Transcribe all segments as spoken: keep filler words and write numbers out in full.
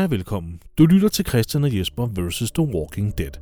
Hej velkommen. Du lytter til Christian og Jesper versus. The Walking Dead.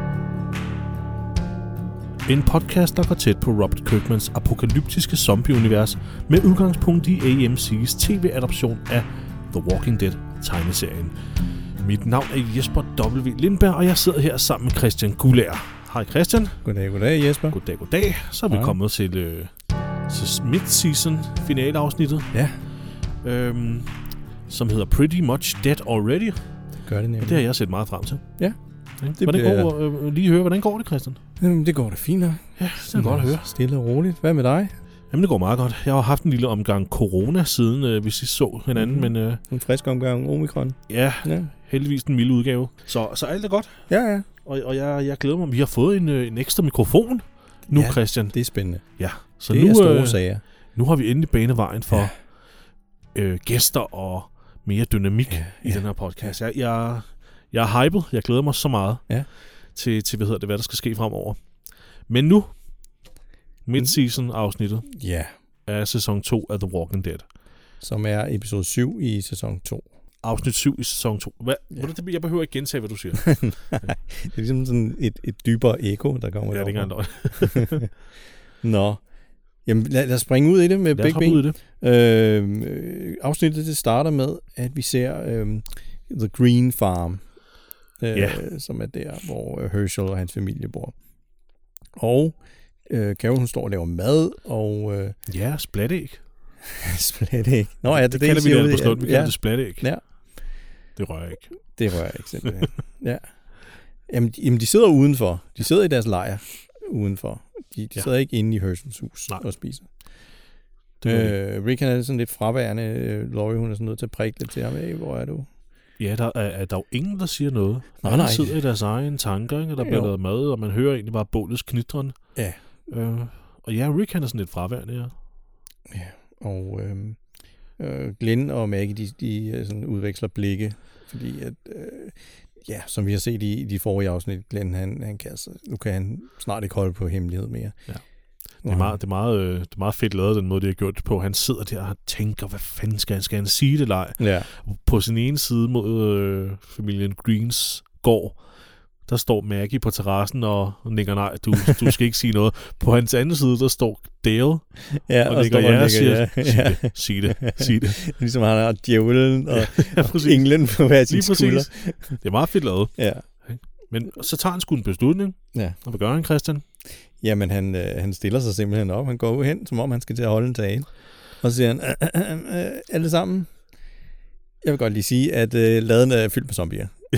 En podcast, der går tæt på Robert Kirkmans apokalyptiske zombie-univers med udgangspunkt i A M C's tv-adoption af The Walking Dead-tegneserien. Mit navn er Jesper W. Lindberg, og jeg sidder her sammen med Christian Gulær. Hej Christian. Goddag, goddag Jesper. Goddag, goddag. Så er vi ja. kommet til, øh, til mid-season finaleafsnittet. Ja. Øhm, som hedder Pretty Much Dead Already. Det gør det nemlig. Og det har jeg set meget frem til. Ja. Det hvordan bliver... går, øh, lige høre, hvordan går det, Christian? Jamen, det går da fint nok. Ja, det er godt at høre. Stille og roligt. Hvad med dig? Jamen, det går meget godt. Jeg har haft en lille omgang corona siden, øh, hvis I så hinanden, mm-hmm. men... Øh, en frisk omgang Omikron. Ja, ja, heldigvis en mild udgave. Så, så alt er godt. Ja, ja. Og, og jeg, jeg glæder mig. Vi har fået en, øh, en ekstra mikrofon nu, ja, Christian. Det er spændende. Ja. Så det nu, er store øh, sager. Nu har vi endelig banet vejen for ja. øh, gæster og mere dynamik ja, ja. i den her podcast. Jeg, jeg, jeg er hyped. Jeg glæder mig så meget ja. til, til hvad, hedder det, hvad der skal ske fremover. Men nu, mid-season-afsnittet ja. af sæson to af The Walking Dead. Som er episode syv i sæson to. Afsnit syv i sæson to. Hvad? Ja. Jeg behøver ikke gentage, hvad du siger. Det er ligesom sådan et, et dybere eko, der kommer. Ja, det er ikke engang Nå. Jamen, lad, lad os springe ud i det med begge ben. Ud i det. Øh, afsnittet det starter med, at vi ser øh, The Green Farm, øh, ja. som er der, hvor Herschel og hans familie bor. Og øh, Carol, hun står og laver mad, og... Øh, ja, splatæg. splatæg. Nå ja, det, det, det kalder vi det på slået. Vi kalder ja. det splatæg. Ja. Det rører jeg ikke. Det rører jeg ikke, simpelthen. ja. Jamen, jamen, de sidder udenfor. De sidder i deres lejr udenfor. De, de ja. sidder ikke inde i Herschels hus Nej. og spiser. Øh, Rick han er sådan lidt fraværende. Laurie, hun er sådan nødt til at prikke lidt til ham. Hey, hvor er du? Ja, der er, er der jo ingen, der siger noget. Nej, nej. De sidder i deres egen tanker, ikke? Og der bliver lavet mad, og man hører egentlig bare bålets knitren. Ja. Øh, og ja, Rick han er sådan lidt fraværende, ja. Ja, og øh, øh, Glenn og Maggie, de, de sådan udveksler blikke, fordi at, øh, ja, som vi har set i, i de forrige afsnit, Glenn, han, han kan altså, nu kan han snart ikke holde på hemmelighed mere. Ja. Det er, meget, det, er meget, øh, det er meget fedt lavet, den måde, de har gjort det på. Han sidder der og tænker, hvad fanden skal han, skal han sige det, leg? Ja. På sin ene side mod øh, familien Greens gård, der står Maggie på terrassen og nikker nej, du, du skal ikke sige noget. På hans anden side, der står Dale ja, og, og nikker ja og siger, ja. sig det, sig det, sig det. Ligesom han har djævlen og, ja, og englen på hver sin skulder. Det er meget fedt lavet. Ja. Men så tager han sgu en beslutning. Ja. Og hvad gør han, Christian? Jamen, han, øh, han stiller sig simpelthen op. Han går hen, som om han skal til at holde en tale. Og så siger han, øh, øh, øh, alle sammen, jeg vil godt lige sige, at øh, laden er fyldt med zombier. Ja.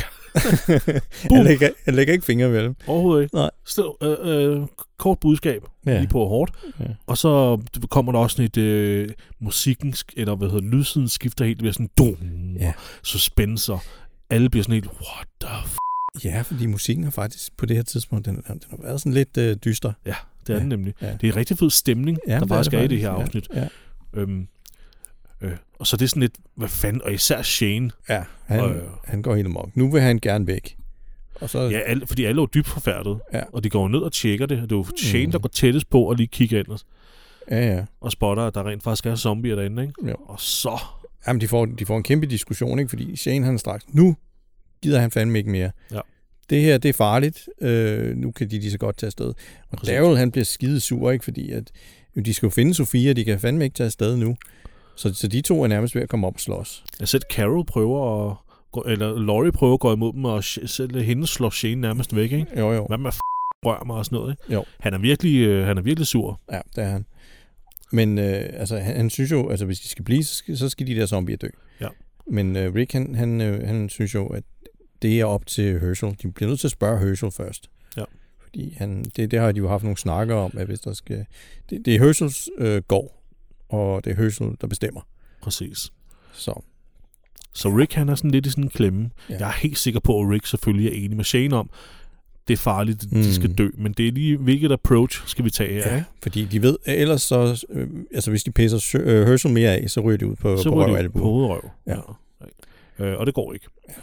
han, lægger, han lægger ikke fingre mellem. Overhovedet ikke. Nej. Stil, øh, øh, kort budskab, ja. Lige på hårdt. Ja. Og så kommer der også et øh, musikken, eller hvad hedder lydsiden skifter helt, det bliver sådan dum, ja. Suspense, og alle bliver sådan helt, what the f***. Ja, fordi musikken har faktisk på det her tidspunkt, den, den har været sådan lidt øh, dyster. Ja, det er ja. den nemlig. Ja. Det er en rigtig fed stemning, ja, der faktisk er, er i det her afsnit. Ja. Ja. Øhm, øh, og så er det sådan lidt, hvad fanden, og især Shane. Ja, han, og, øh, han går helt amok. Nu vil han gerne væk. Og så... Ja, alle, fordi alle er dybt forfærdet, ja. Og de går ned og tjekker det. Det er jo Shane, mm. der går tættest på og lige kigger ind. Ja, ja. Og spotter, at der rent faktisk er zombier derinde, ikke? Jo. Og så... Jamen, de får, de får en kæmpe diskussion, ikke? Fordi Shane, han straks, nu gider han fandme ikke mere. Ja. Det her, det er farligt. Øh, nu kan de lige så godt tage afsted. Og Daryl, han bliver skide sur, ikke? Fordi at, de skal jo finde Sofia, de kan fandme ikke tage afsted nu. Så, så de to er nærmest ved at komme op og slås. Jeg selv Carol prøver at gå, eller Laurie prøver at gå imod dem, og selv hende slår Shane nærmest væk, ikke? Jo, jo. Hvad med f*** rør mig og sådan noget, ikke? Jo. Han er virkelig, øh, han er virkelig sur. Ja, det er han. Men øh, altså, han, han synes jo, altså hvis de skal blive, så skal, så skal de der zombier dø. Ja. Men øh, Rick, han, han, øh, han synes jo, at det er op til Herschel. De bliver nødt til at spørge Herschel først. Ja. Fordi han, det, det har de jo haft nogle snakker om, at hvis der skal... Det, det er Herschels øh, gård, og det er Herschel, der bestemmer. Præcis. Så. Så Rick, han er sådan lidt i sådan en klemme. Ja. Jeg er helt sikker på, at Rick selvfølgelig er enig med Shane om, det er farligt, mm. de skal dø. Men det er lige, hvilket approach skal vi tage her? Ja, fordi de ved, ellers så... Øh, altså, hvis de pisser øh, Herschel mere af, så ryger de ud på, så på ryger røv de ud på hovedrøv. Ja. Ja. Øh, og det går ikke. Ja.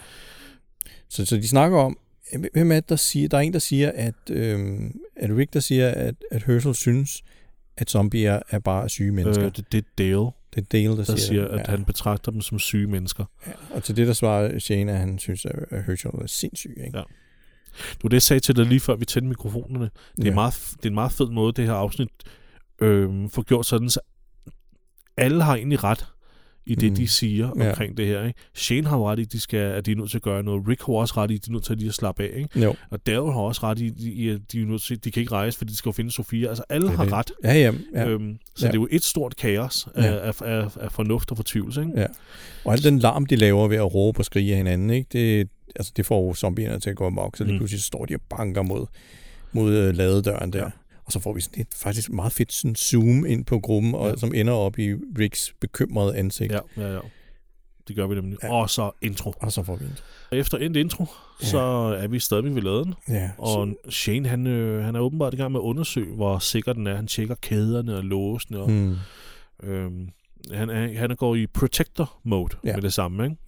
Så, så de snakker om, hvem er det, der siger, der er en, der siger, at, øhm, at Rick, der siger, at, at Herschel synes, at zombier er bare syge mennesker. Øh, det, det er Dale. Det er Dale, der, der siger, siger, det. at Ja. han betragter dem som syge mennesker. Ja. Og til det, der svarer Shane, at han synes, at Herschel er sindssyg. Ikke? Ja. Det var det, jeg sagde til dig lige før vi tændte mikrofonerne. Det er, Ja. meget, det er en meget fed måde, det her afsnit øh, får gjort sådan, så alle har egentlig ret i det, mm. de siger Ja. omkring det her. Ikke? Shane har jo ret i, de skal, at de er nødt til at gøre noget. Rick har også ret i, at de er nødt til at lige at slappe af. Ikke? Jo. Og Daryl har også ret i, i, at de er nødt til, de kan ikke rejse, fordi de skal jo finde Sofia. Altså alle Det er har det. ret. Ja, ja. ja. Øhm, så Ja. det er jo et stort kaos af, Ja. af, af, af fornuft og fortvivlelse. Ikke? Ja. Og al den larm, de laver ved at råbe og skrige af hinanden, ikke? Det, altså, det får jo zombierne til at gå amok, så lige Mm. pludselig står de og banker mod, mod øh, ladedøren der. Ja. Og så får vi sådan et faktisk meget fedt sådan zoom ind på gruppen, og, Ja. som ender op i Ricks bekymrede ansigt. Ja, ja, ja. Det gør vi nemlig. Ja. Og så intro. Og så får vi en. Efter endt intro, Ja. så er vi stadig ved laden. Ja. Og Shane, han, øh, han er åbenbart i gang med at undersøge, hvor sikker den er. Han tjekker kæderne og låsene. Og, Hmm. øhm, han, er, han går i protector mode Ja. med det samme, ikke?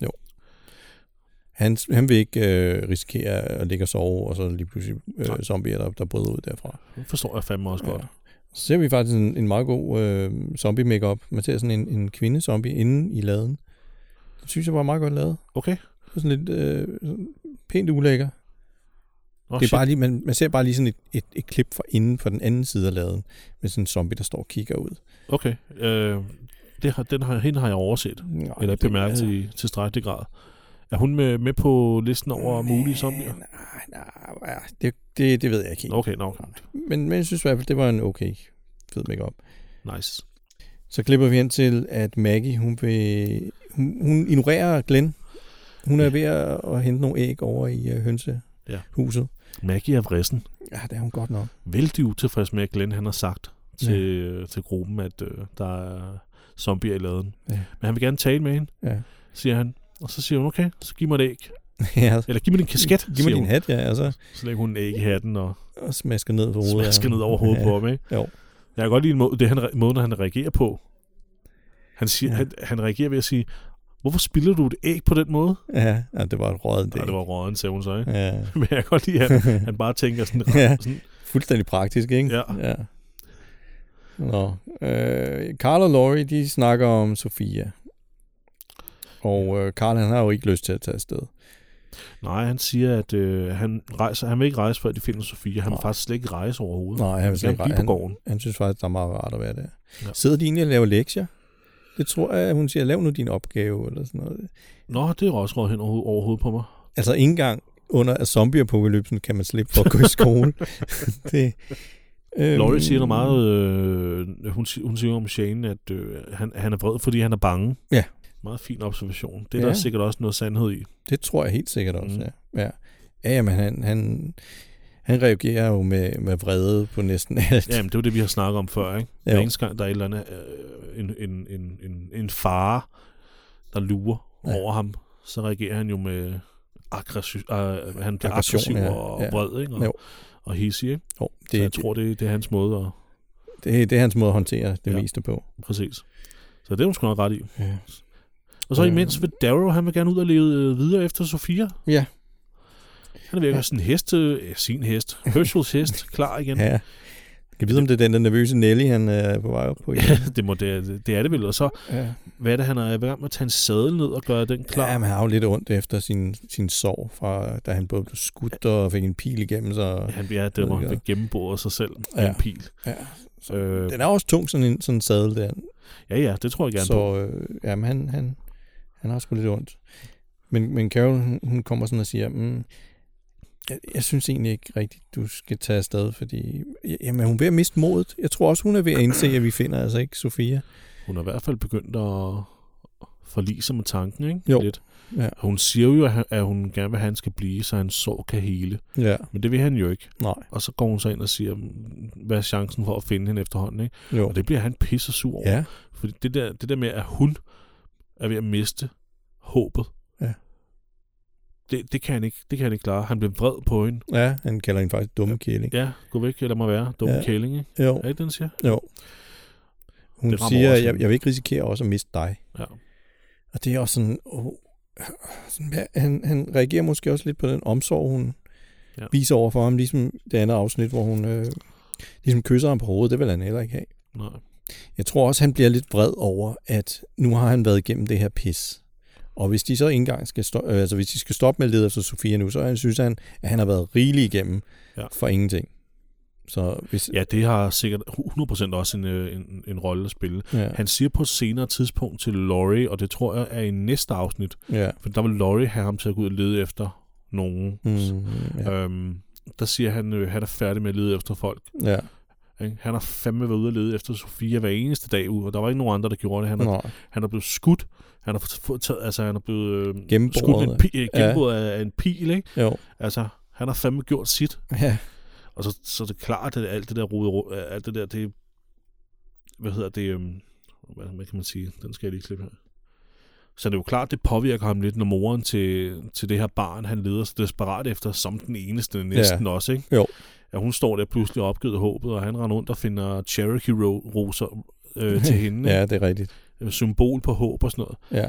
Han, han vil ikke øh, risikere at ligge og sove, og så lige pludselig øh, Nej. zombier, der, der bryder ud derfra. Det forstår jeg fandme også Ja. godt. Så ser vi faktisk en, en meget god øh, zombie-makeup. Man ser sådan en, en kvindezombie inde i laden. Det synes jeg var meget godt lavet. Okay. Det er sådan lidt øh, sådan pænt ulækker. Nå, Det er shit. bare lige, man, man ser bare lige sådan et, et, et klip fra inden på den anden side af laden, med sådan en zombie, der står og kigger ud. Okay. Øh, det har, den har, hende har jeg overset. Nej, Eller bemærket i tilstrækkelig grad. Er hun med, med på listen over mulige zombier? Nej, nej, nej det, det, det ved jeg ikke helt. Okay, no, okay. Men, men jeg synes i hvert fald, det var en okay fed make-up. Nice. Så klipper vi hen til, at Maggie, hun, vil, hun, hun ignorerer Glenn. Hun er ved at, at hente nogle æg over i uh, hønsehuset. Ja. Maggie er vrissen. Ja, det er hun godt nok. Vældig utilfreds med, at Glenn han har sagt til, ja. til gruppen, at øh, der er zombier i laden. Ja. Men han vil gerne tale med hende, Ja. siger han. Og så siger hun, okay, så giv mig et æg. Ja. Eller giv mig din kasket, Giv siger mig din hun. hat, ja. Og så, Så lægger hun en æg i hatten og og smasker ned på hovedet. smasker ned over hovedet ja. på ham, ikke? Jo. Jeg kan godt lide må- det, han, måden, han reagerer på. Han, siger, Ja. han, han reagerer ved at sige, hvorfor spiller du et æg på den måde? Ja, ja, det var et rådent Nej, æg. det var råden, sagde hun så, ikke? Ja. Men jeg kan godt lide, at han, han bare tænker sådan, Ja. sådan Fuldstændig praktisk, ikke? Ja. ja. Nå. Øh, Carl og Laurie, de snakker om Sofia. Og øh, Carl, han har jo ikke lyst til at tage afsted. nej, han siger, at øh, han, rejser, han vil ikke rejse, før de finder Sofia. Han vil Nej. faktisk slet ikke rejse overhovedet. Nej, han vil slet Han ikke vil blive han, på gården. han synes faktisk, der er meget rart at være der. Ja. Sidder de egentlig og laver lektier? Det tror jeg, hun siger, lav nu din opgave, eller sådan noget. Nå, det er også råd hen over, over hovedet på mig. Altså, ikke engang under zombie-apokalypsen kan man slippe for at gå i skole. det, øhm, Laurie siger noget meget... Øh, hun, si- hun siger om Shane, at øh, han, han er vred, fordi han er bange. Ja. Meget fin observation. Det er Ja. der sikkert også noget sandhed i. Det tror jeg helt sikkert også, Mm. mm. ja. Ja, ja men han, han, han reagerer jo med, med vrede på næsten alt. Jamen, det er jo det, vi har snakket om før, ikke? Ja. Hver eneste gang, der er et eller andet, øh, en, en, en, en, en fare, der lurer Ja. over ham, så reagerer han jo med aggressiv, øh, han bliver Aggression, aggressiv ja. og Ja. vred, ikke? Jo. Og, og hissig, ikke? Jo, Det, det, så jeg tror, det, det er hans måde at... det, det er hans måde at håndtere det Ja. meste på. Præcis. Så det er hun sgu nok ret i. Ja. Og så Øh. imens vil Darrow, han vil gerne ud og leve øh, videre efter Sofia. Ja. Han er ved at have sådan en hest, øh, sin hest, Herschels hest, klar igen. Ja. Jeg kan vide, om det er den der nervøse Nelly, han er på vej op på. Ja, det, må, det, er- det er det vel. Og så, Ja. hvad er det, han er i gang med at tage en sadel ned og gøre den klar? Ja, men han har jo lidt ondt efter sin, sin sorg, fra, da han både blev skudt og fik en pil igennem sig. Han bliver det, hvor han vil gennembore sig selv med Ja. en pil. Ja. Så, Øh, den er også tung, sådan en sådan en sadel der. ja, ja, det tror jeg gerne på. Så øh, jamen, han, han, han har sgu lidt ondt. Men, men Carol, hun, hun kommer sådan og siger, mm, jeg, jeg synes egentlig ikke rigtigt, du skal tage afsted, fordi jamen, hun er ved at miste modet. Jeg tror også, hun er ved at indse, at vi finder altså ikke Sofia. Hun er i hvert fald begyndt at forlige sig med tanken, ikke? Jo. Lidt. Ja. Hun siger jo, at han- at hun gerne vil, at han skal blive, så hans sorg kan hele. Ja, Men det vil han jo ikke. nej. Og så går hun så ind og siger, "Mm, hvad er chancen for at finde hende efterhånden, ikke? Jo. Og det bliver han pisse sur over. Ja, Fordi det der, det der med, at hun er ved at miste håbet, Ja. det, det, kan han ikke, det kan han ikke klare. Han bliver vred på hende. ja, han kalder hende faktisk dumme kæling. Ja, gå væk, eller må være. Dumme Ja. kæling, ikke? Jo, Er det, den siger? jo. Hun Det rammer siger, også jeg, hende. jeg vil ikke risikere også at miste dig. Ja. Og det er også sådan, oh, sådan ja, han, han reagerer måske også lidt på den omsorg, hun Ja. ja. viser over for ham, ligesom det andet afsnit, hvor hun øh, ligesom kysser ham på hovedet. Det vil han heller ikke have. Nej. Jeg tror også, han bliver lidt vred over, at nu har han været igennem det her pis. Og hvis de så ikke engang skal stoppe, altså hvis de skal stoppe med at lede efter Sofia nu, så synes han, at han har været rigelig igennem ja. for ingenting. Så hvis... Ja, det har sikkert hundrede procent også en, en, en rolle at spille. Ja. Han siger på et senere tidspunkt til Laurie, og det tror jeg er i næste afsnit, ja. for der vil Laurie have ham til at gå ud og lede efter nogen. Mm, ja. øhm, der siger han, at han er færdig med at lede efter folk. Ja. Han har fandme været ude og lede efter Sofia hver eneste dag ud, og der var ikke nogen andre, der gjorde det. Han er, han er blevet skudt. Han har fået taget, altså han er blevet øh, skudt en pi- gennembordet ja. af en pil, ikke? Jo. Altså, han har fandme gjort sit. Ja. Og så, så det er klart, at alt det der rode, alt det der, det hvad hedder det, øhm, hvad, hvad kan man sige? Den skal jeg lige klippe her. Så det er jo klart, det påvirker ham lidt, når moren til, til det her barn, han leder sig desperat efter, som den eneste næsten ja. også, ikke? Jo. Ja, hun står der pludselig opgivet håbet, og han render rundt og finder Cherokee-roser øh, til hende. Ja, det er rigtigt. Symbol på håb og sådan noget. Ja.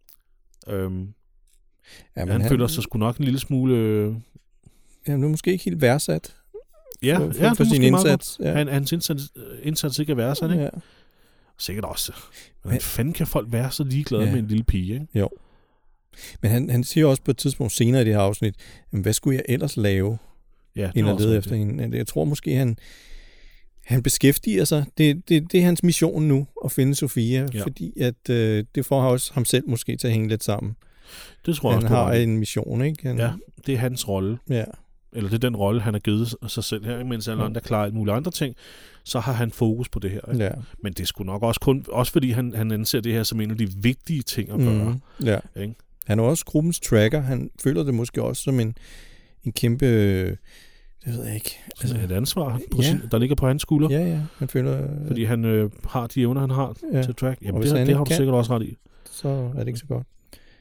Øhm, ja, han, han føler sig sgu nok en lille smule... Øh... Ja, nu er måske ikke helt værdsat. Ja, for, for, ja for sin indsats. Ja. Han, hans indsats, indsats ikke er værdsat, ikke? Ja. Sikkert også. Hvordan fanden kan folk være så ligeglade ja. med en lille pige, ikke? Jo. Men han, han siger også på et tidspunkt senere i det her afsnit, hvad skulle jeg ellers lave, ja, end at lede efter hende? Jeg tror måske, han... Han beskæftiger sig. Det, det, det er hans mission nu, at finde Sofia, ja. fordi at, øh, det får også ham selv måske til at hænge lidt sammen. Det tror jeg han også. Han har en mission, ikke? Han, ja, det er hans rolle. Ja. Eller det er den rolle, han har givet sig selv her, mens alle andre klarer alle mulige andre ting, så har han fokus på det her. Ikke? Ja. Men det skulle nok også kun, også fordi han, han anser det her som en af de vigtige ting at gøre. Mm. Ja. Ikke? Han er også gruppens tracker. Han føler det måske også som en, en kæmpe... Det ved jeg ikke. Altså, et ansvar, på ja. sin, der ligger på hans skulder. Ja, ja. Han føler... Fordi han øh, har de evner, han har ja. til track. Jamen, det, det har du kan, sikkert også ret i. Så er det ikke så godt.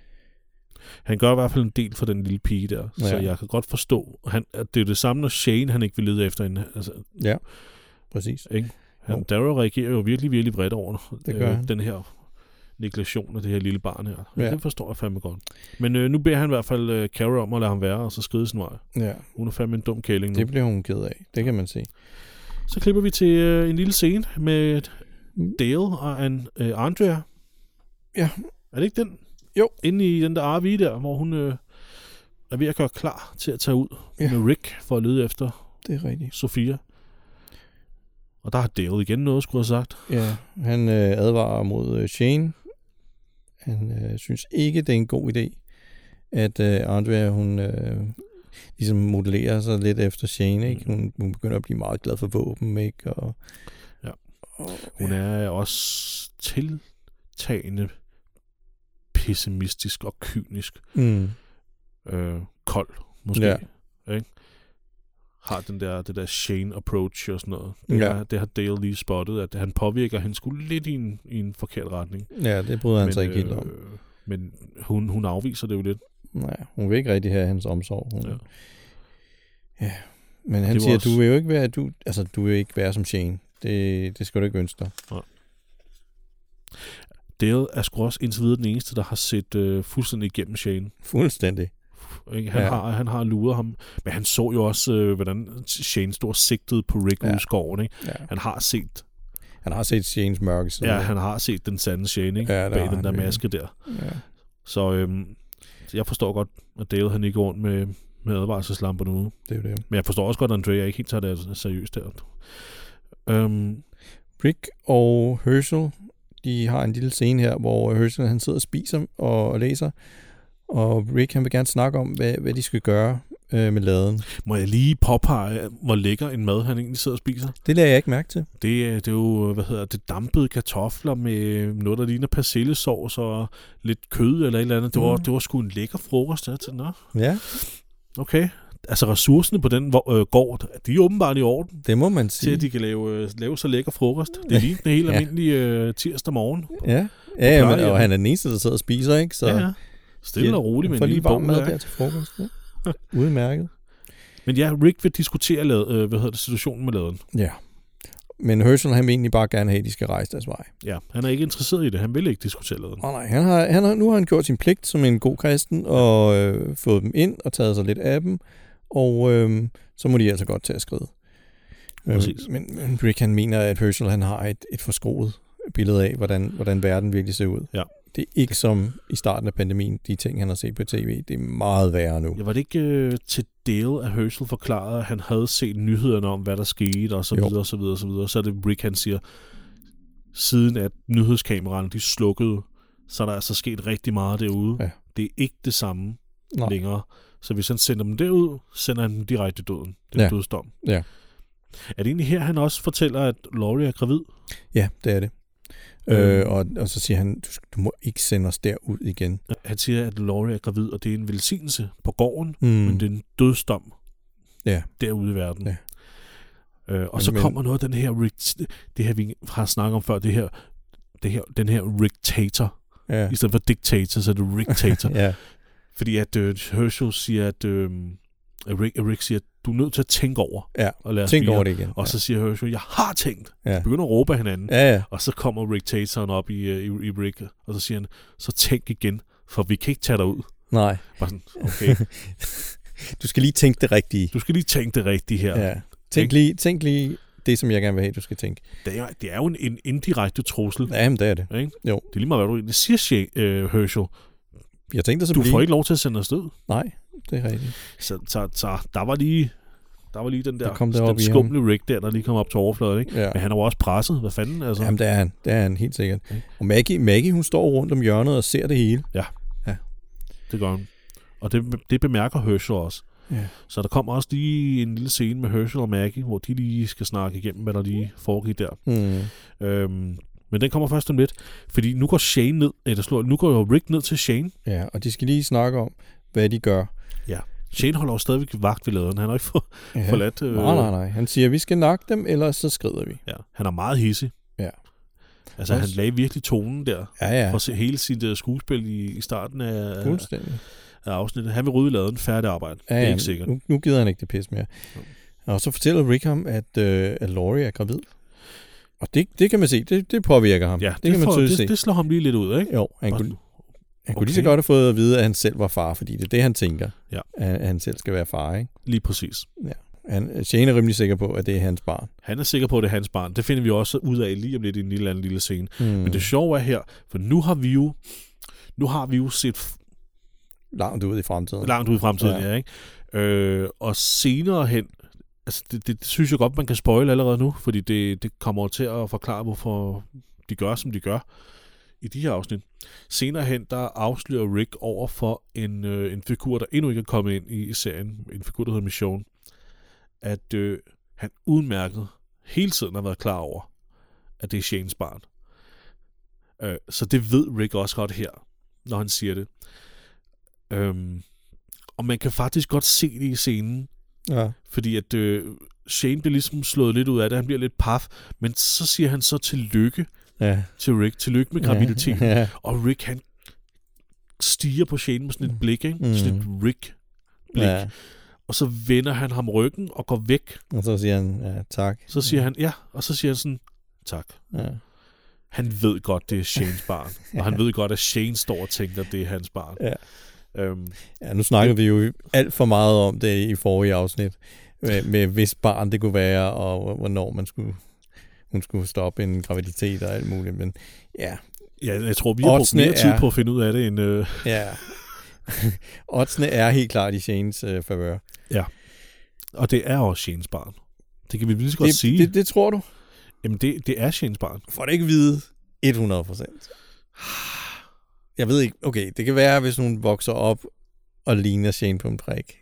Han gør i hvert fald en del for den lille pige der. Ja. Så jeg kan godt forstå, han, at det er det samme, når Shane han ikke vil lede efter hende. Altså, ja, præcis. Ikke? Han, Darrow reagerer jo virkelig, virkelig vredt over det gør øh, den her negation af det her lille barn her. Ja. Det forstår jeg fandme godt. Men øh, nu beder han i hvert fald øh, Carol om at lade ham være, og så skride sin vej. Ja. Hun er fandme en dum kæling nu. Det bliver hun ked af. Det kan man se. Så klipper vi til øh, en lille scene med Dale og en, øh, Andrea. Ja. Er det ikke den? Jo. Inde i den der R V der, hvor hun øh, er ved at gøre klar til at tage ud ja. med Rick for at lede efter det er rigtigt. Sofia. Og der har Dale igen noget, skulle have sagt. Ja, han øh, advarer mod øh, Shane. Han øh, synes ikke, det er en god idé, at øh, Andrea, hun øh, ligesom modellerer sig lidt efter Shane, ikke? Hun, hun begynder at blive meget glad for våben, ikke? Og, ja. Og, hun er også tiltagende pessimistisk og kynisk. Mm. Øh, kold, måske. Ja. Ikke? Har den der, det der Shane approach og sådan noget. Det, ja. er, det har Dale lige spottet, at han påvirker hende sgu lidt i en, i en forkert retning. Ja, det bryder han men, sig ikke helt om. Øh, men hun, hun afviser det jo lidt. Nej, hun vil ikke rigtig have hans omsorg. Hun, ja. ja. Men han siger, også... du vil jo ikke være, du, altså, du vil ikke være som Shane. Det, det skal du ikke ønske dig. Nej. Dale er sgu også indtil videre den eneste, der har set øh, fuldstændig igennem Shane. Fuldstændig. Han, ja. har, han har luret ham. Men han så jo også, øh, hvordan Shane stod sigtet på Rick ja. ude i skoven. Ikke? Ja. Han har set... Han har set Shanes mørke side. Ja, han har set den sande Shane, ikke? Ja, bag den der maske der. Ja. Så øhm, jeg forstår godt, at Dale han ikke går rundt med, med advarselslamper nu. Det er det. Men jeg forstår også godt, at Andrea ikke helt tager det seriøst der. Øhm, Rick og Herschel, de har en lille scene her, hvor Herschel han sidder og spiser og læser. Og Rick, han vil gerne snakke om, hvad, hvad de skal gøre øh, med laden. Må jeg lige påpege, hvor lækker en mad, han egentlig sidder og spiser? Det lader jeg ikke mærke til. Det, det er jo, hvad hedder det, dampede kartofler med noget, der ligner persillesauce og lidt kød eller et eller andet. Det var, mm. det var sgu en lækker frokost. Der til. Nå. Ja. Okay. Altså ressourcerne på den øh, gård, de er åbenbart i orden. Det må man sige. Til at de kan lave, øh, lave så lækker frokost. Det er lige en helt ja. almindelig øh, tirsdag morgen. Ja, ja, ja men, og han er den eneste, der sidder og spiser, ikke? Så... Ja, ja. Stille og roligt med en lille bog. Mad der til frokost. Ja. Udmærket. Men ja, Rick vil diskutere lad, øh, hvad hedder det, situationen med laden. Ja. Men Herschel, han vil egentlig bare gerne have, at de skal rejse deres vej. Ja, han er ikke interesseret i det. Han vil ikke diskutere laden. Oh, nej, han har, han har, nu har han gjort sin pligt som en god kristen, og øh, fået dem ind og taget sig lidt af dem. Og øh, så må de altså godt tage at skride. Præcis. Øh, men, men Rick han mener, at Herschel han har et, et forskroet billede af, hvordan, hvordan verden virkelig ser ud. Ja. Det er ikke som i starten af pandemien, de ting, han har set på tv. Det er meget værre nu. Ja, var det ikke øh, til Dale, at Herschel forklarede, at han havde set nyhederne om, hvad der skete, og så videre, og så videre, og så videre. Så er det Rick, han siger, siden at nyhedskameraerne, de slukkede, så er der altså sket rigtig meget derude. Ja. Det er ikke det samme Nej. længere. Så hvis han sender dem derud, sender han dem direkte i døden. Det er Ja. dødsdom. Ja. Er det egentlig her, han også fortæller, at Laurie er gravid? Ja, det er det. Mm. Øh, og, og så siger han, du, du må ikke sende os derud igen. Han siger, at Laurie er gravid, og det er en velsignelse på gården, Mm. men det er en dødsdom Ja. derude i verden. Ja. Øh, og men, så men, kommer noget af den her, det her vi har snakket om før, det her, det her, den her Rick-tator. Ja. I stedet for dictator, så er det Rick-tator. Ja. Fordi at uh, Herschel siger, at uh, Rick, Rick siger, at du er nødt til at tænke over. Ja, og lad os tænk blive. over det igen. Og så siger Herschel, jeg har tænkt. Ja. Så begynder at råbe af hinanden. Ja, ja. Og så kommer Rick-tatoren op i, uh, i, i Rick, og så siger han, så tænk igen, for vi kan ikke tage dig ud. Nej. Bare sådan, okay. Du skal lige tænke det rigtige. Du skal lige tænke det rigtige her. Ja. Tænk lige, tænk lige det, som jeg gerne vil have, du skal tænke. Det er, det er jo en, en indirekte trussel. Ja, men det er det. Ikke? Jo. Det er lige meget, hvad du egentlig siger, Shane, uh, Herschel. Jeg tænkte så Du blive... får ikke lov til at sende afsted. Nej, det er rigtigt. Så, så, så der var lige... Der var lige den der, der kom den skumle Rick der, der lige kom op til overfladen, ikke? Ja. Men han er jo også presset. Hvad fanden, altså? Jamen, det er han. Det er han, helt sikkert. Okay. Og Maggie, Maggie, hun står rundt om hjørnet og ser det hele. Ja, ja. Det gør hun. Og det, det bemærker Herschel også. Ja. Så der kommer også lige en lille scene med Herschel og Maggie, hvor de lige skal snakke igennem, hvad der lige foregik der. Mm. Øhm, men den kommer først om lidt, fordi nu går Shane ned, eller slår, nu går jo Rick ned til Shane. Ja, og de skal lige snakke om, hvad de gør. Ja. Shane holder jo stadigvæk vagt ved laderen. Han har ikke for, ja. forladt... Øh... Nej, nej, nej. Han siger, vi skal nakke dem, ellers så skrider vi. Ja, han er meget hissig. Ja. Altså, Også... han lagde virkelig tonen der. Ja, ja. For at se hele sit uh, skuespil i, i starten af, Fuldstændig. af afsnittet. Han vil rydde laden, færdig arbejde. Ja, det er ja, ikke sikkert. Nu, nu gider han ikke det pis mere. Ja. Og så fortæller Rick ham, at, øh, at Laurie er gravid. Og det, det kan man se, det, det påvirker ham. Ja, det, det, kan man får, det, se. det slår ham lige lidt ud, ikke? Jo, han, kunne, han okay. kunne lige så godt have fået at vide, at han selv var far, fordi det er det, han tænker. Ja. At han selv skal være far, ikke? Lige præcis. Ja. Han, Shane er rimelig sikker på, at det er hans barn. Han er sikker på, at det er hans barn. Det finder vi også ud af lige om lidt i en lille, anden lille scene. Hmm. Men det sjove er her, for nu har vi jo, nu har vi jo set... Langt ud i fremtiden. Langt ud i fremtiden, ja, ja ikke? Øh, og senere hen, altså det, det, det synes jeg godt, man kan spoile allerede nu, fordi det, det kommer til at forklare, hvorfor de gør, som de gør i de her afsnit. Senere hen, der afslører Rick over for en, øh, en figur, der endnu ikke er kommet ind i, i serien, en figur, der hedder Michonne, at øh, han udmærket hele tiden har været klar over, at det er Shanes barn. Øh, så det ved Rick også godt her, når han siger det. Øhm, og man kan faktisk godt se det i scenen, ja. fordi at øh, Shane bliver ligesom slået lidt ud af det, han bliver lidt paf, men så siger han så tillykke ja. til Rick, tillykke med graviditeten, ja. Ja. og Rick han stiger på Shane med sådan et blik, ikke? Mm. Sådan et Rick-blik, ja. Og så vender han ham ryggen og går væk. Og så siger han, ja, tak. Så siger ja. han, ja, og så siger han sådan, tak. Ja. Han ved godt, det er Shanes barn, ja. Og han ved godt, at Shane står og tænker, at det er hans barn. Ja. Øhm, ja, nu snakker det, vi jo alt for meget om det i forrige afsnit, med, med hvis barn det kunne være, og hvornår man skulle, hun skulle stoppe en graviditet og alt muligt, men ja. Ja, jeg tror, vi har brugt mere tid er, på at finde ud af det, end... Øh... Ja, oddsene er helt klart i Shanes øh, favør. Ja, og det er også Shanes barn. Det kan vi lige så godt det, sige. Det, det tror du? Jamen, det, det er Shanes barn. Får det ikke vide hundrede procent? Jeg ved ikke. Okay, det kan være, hvis hun vokser op og ligner Shane på en prik.